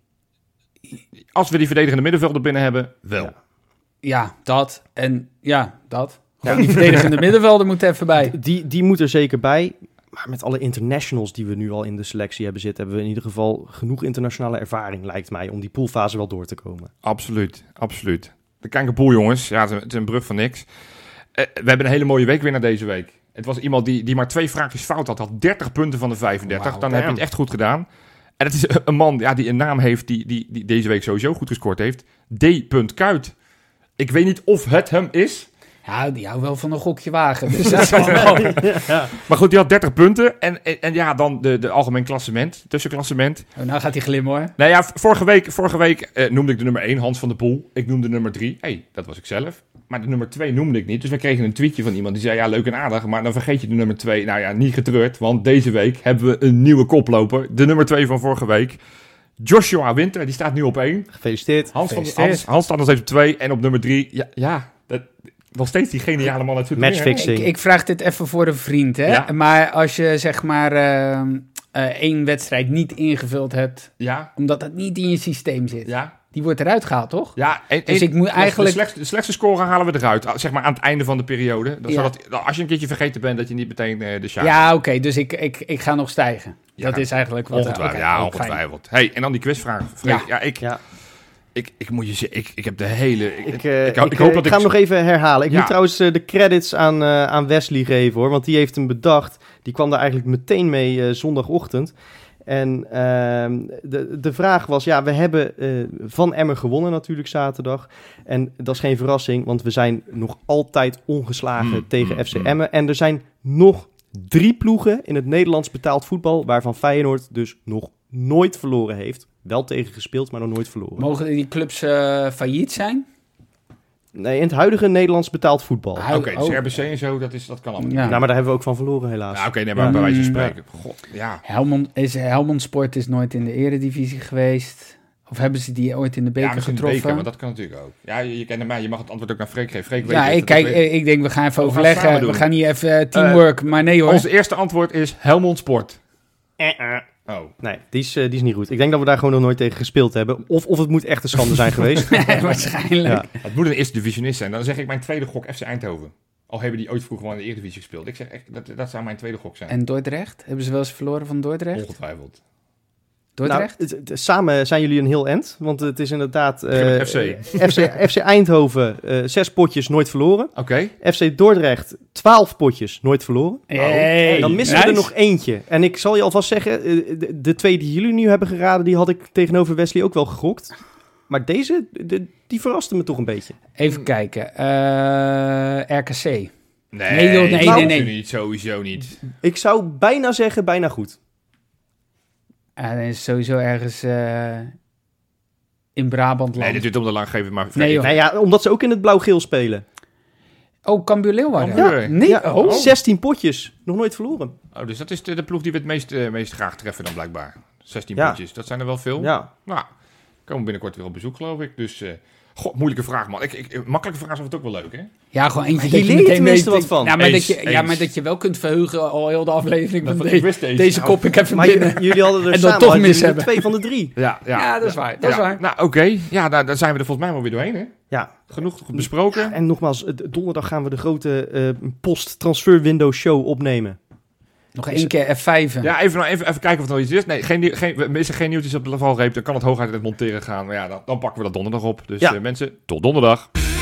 Als we die verdedigende middenvelder binnen hebben, wel. Ja. Ja, dat. En ja, dat. Gewoon die verdedigende middenvelder moet even bij. Die, die moet er zeker bij. Maar met alle internationals die we nu al in de selectie hebben zitten, hebben we in ieder geval genoeg internationale ervaring, lijkt mij, om die poolfase wel door te komen. Absoluut, absoluut. De Kankerpool, jongens. Ja, het is een, het is een brug van niks. Uh, we hebben een hele mooie weekwinnaar deze week. Het was iemand die, die maar twee vraagjes fout had. Had dertig punten van de vijfendertig. Wauw, Dan heb je damn. het echt goed gedaan. En het is een man ja, die een naam heeft die, die, die deze week sowieso goed gescoord heeft. D. Kuit. Ik weet niet of het hem is. Ja, die houdt wel van een gokje wagen. Dus dat zal wel. Maar goed, die had dertig punten. En, en, en ja, dan de, de algemeen klassement. Tussenklassement. Oh, nou gaat hij glimmen hoor. Nou ja, v- vorige week, vorige week uh, noemde ik de nummer één, Hans van der Poel. Ik noemde nummer drie. Hé, hey, dat was ik zelf. Maar de nummer twee noemde ik niet. Dus we kregen een tweetje van iemand die zei, ja, leuk en aardig. Maar dan vergeet je de nummer twee. Nou ja, niet getreurd. Want deze week hebben we een nieuwe koploper. De nummer twee van vorige week. Joshua Winter, die staat nu op één. Gefeliciteerd. Hans, van, Gefeliciteerd. Hans, Hans staat nog steeds op twee. En op nummer drie, ja, ja dat, nog steeds die geniale man uit Zoetermeer. Matchfix. Ik, ik vraag dit even voor een vriend, hè. Ja. Maar als je zeg maar uh, uh, één wedstrijd niet ingevuld hebt, Ja, omdat dat niet in je systeem zit, ja. die wordt eruit gehaald, toch? Ja, en, Dus en- ik moet de- eigenlijk- De slechtste, de slechtste score halen we eruit, zeg maar aan het einde van de periode. Dan Ja. zodat, als je een keertje vergeten bent, dat je niet meteen uh, de sjaak. Ja, oké, dus ik, ik, ik ga nog stijgen. Ja. Dat is eigenlijk wat... Ongetwijfeld, oké, ja, ook fijn. ongetwijfeld. Hey, en dan die quizvraag. Freek, ja. Ja. ik, Ja. ik, ik moet je zeggen, ik, ik heb de hele... Ik, Ik, uh, ik, ik, ik hoop uh, dat ik ga ik... hem nog even herhalen. Ik Ja. moet trouwens uh, de credits aan, uh, aan Wesley geven, hoor. Want die heeft hem bedacht. Die kwam daar eigenlijk meteen mee uh, zondagochtend. En uh, de, de vraag was, ja, we hebben uh, van Emmen gewonnen natuurlijk zaterdag. En dat is geen verrassing, want we zijn nog altijd ongeslagen Mm, tegen mm, F C mm. Emmen. En er zijn nog drie ploegen in het Nederlands betaald voetbal, waarvan Feyenoord dus nog nooit verloren heeft. Wel tegen gespeeld, maar nog nooit verloren. Mogen die clubs uh, failliet zijn? Nee, in het huidige Nederlands betaald voetbal. Ah, Oké, okay, dus oh. R B C en zo, dat, is, dat kan allemaal. Ja. Nou, maar daar hebben we ook van verloren helaas. Ja, oké, okay, nee, maar Ja. bij wijze van Mm, spreken. God, ja. Helmond, is, Helmond Sport is nooit in de eredivisie geweest. Of hebben ze die ooit in de beker Ja, misschien de getroffen? beker, maar dat kan natuurlijk ook. Ja, je, je kent mij, je mag het antwoord ook naar Freek geven. Freek weet Ja, het, ik, dat kijk, weet- ik denk we gaan even We gaan overleggen. samen We doen. gaan niet even uh, teamwork, maar nee hoor. Ons eerste antwoord is Helmond Sport. Eh, eh. Oh. Nee, die is, uh, die is niet goed. Ik denk dat we daar gewoon nog nooit tegen gespeeld hebben. Of, of het moet echt een schande zijn geweest. Waarschijnlijk. Ja. Het moet een eerste divisionist zijn. Dan zeg ik mijn tweede gok F C Eindhoven. Al hebben die ooit vroeger gewoon in de Eredivisie gespeeld. Ik zeg echt, dat, dat zou mijn tweede gok zijn. En Dordrecht? Hebben ze wel eens verloren van Dordrecht? Ongetwijfeld. Dordrecht? Nou, het- het- samen zijn jullie een heel end. Want het is inderdaad... Begin met eh, F C. F C, F C Eindhoven, eh, zes potjes, nooit verloren. Oké. F C Dordrecht, twaalf potjes, nooit verloren. Hey, Dan missen we er nog eentje. En ik zal je alvast zeggen, eh, de, de twee die jullie nu hebben geraden, die had ik tegenover Wesley ook wel gegokt. Maar deze, de, die verraste me toch een beetje. Even kijken. Eh, R K C. Nee, Nee, joh, nee, nee, nee, nee. Niet, sowieso niet. Ik zou bijna zeggen, bijna goed. En dan is sowieso ergens eh, in Brabant Nee, land. dit duurt om de lang geven, maar... Nee, joh. Nou ja, omdat ze ook in het blauw-geel spelen. Oh, Cambuur Leeuwarden. Cambuur. Ja. Nee, Ja, oh. zestien potjes, nog nooit verloren. Oh, dus dat is de, de ploeg die we het meest, eh, meest graag treffen dan blijkbaar. zestien Ja. puntjes, dat zijn er wel veel. Ja. Nou, komen binnenkort weer op bezoek, geloof ik. Dus, eh god, moeilijke vraag, man. Ik, ik, makkelijke vragen is het ook wel leuk, hè? Ja, gewoon eentje Maar dat hier je leer je meteen tenminste weet. wat van. Ja, maar, Eens, dat je, ja, eens. maar dat je wel kunt verheugen al heel de aflevering Dat van ik deze, wist deze. deze Nou, kop ik even Maar binnen. j- jullie hadden er En dan samen toch hadden mis jullie hebben. twee van de drie. Ja, ja. Ja, dat is waar. Dat is Ja. waar. Nou, oké. Ja, daar, daar zijn we er volgens mij wel weer doorheen, hè? Ja. Genoeg besproken. En nogmaals, eh, donderdag gaan we de grote eh post-transfer window show opnemen. Nog één keer F vijf. Ja, even, even, even kijken of er nog iets is. Nee, geen, nieuw- geen, we missen geen nieuwtjes op de valreep. Dan kan het hooguit het monteren gaan. Maar ja, dan, dan pakken we dat donderdag op. Dus Ja. eh, mensen, tot donderdag.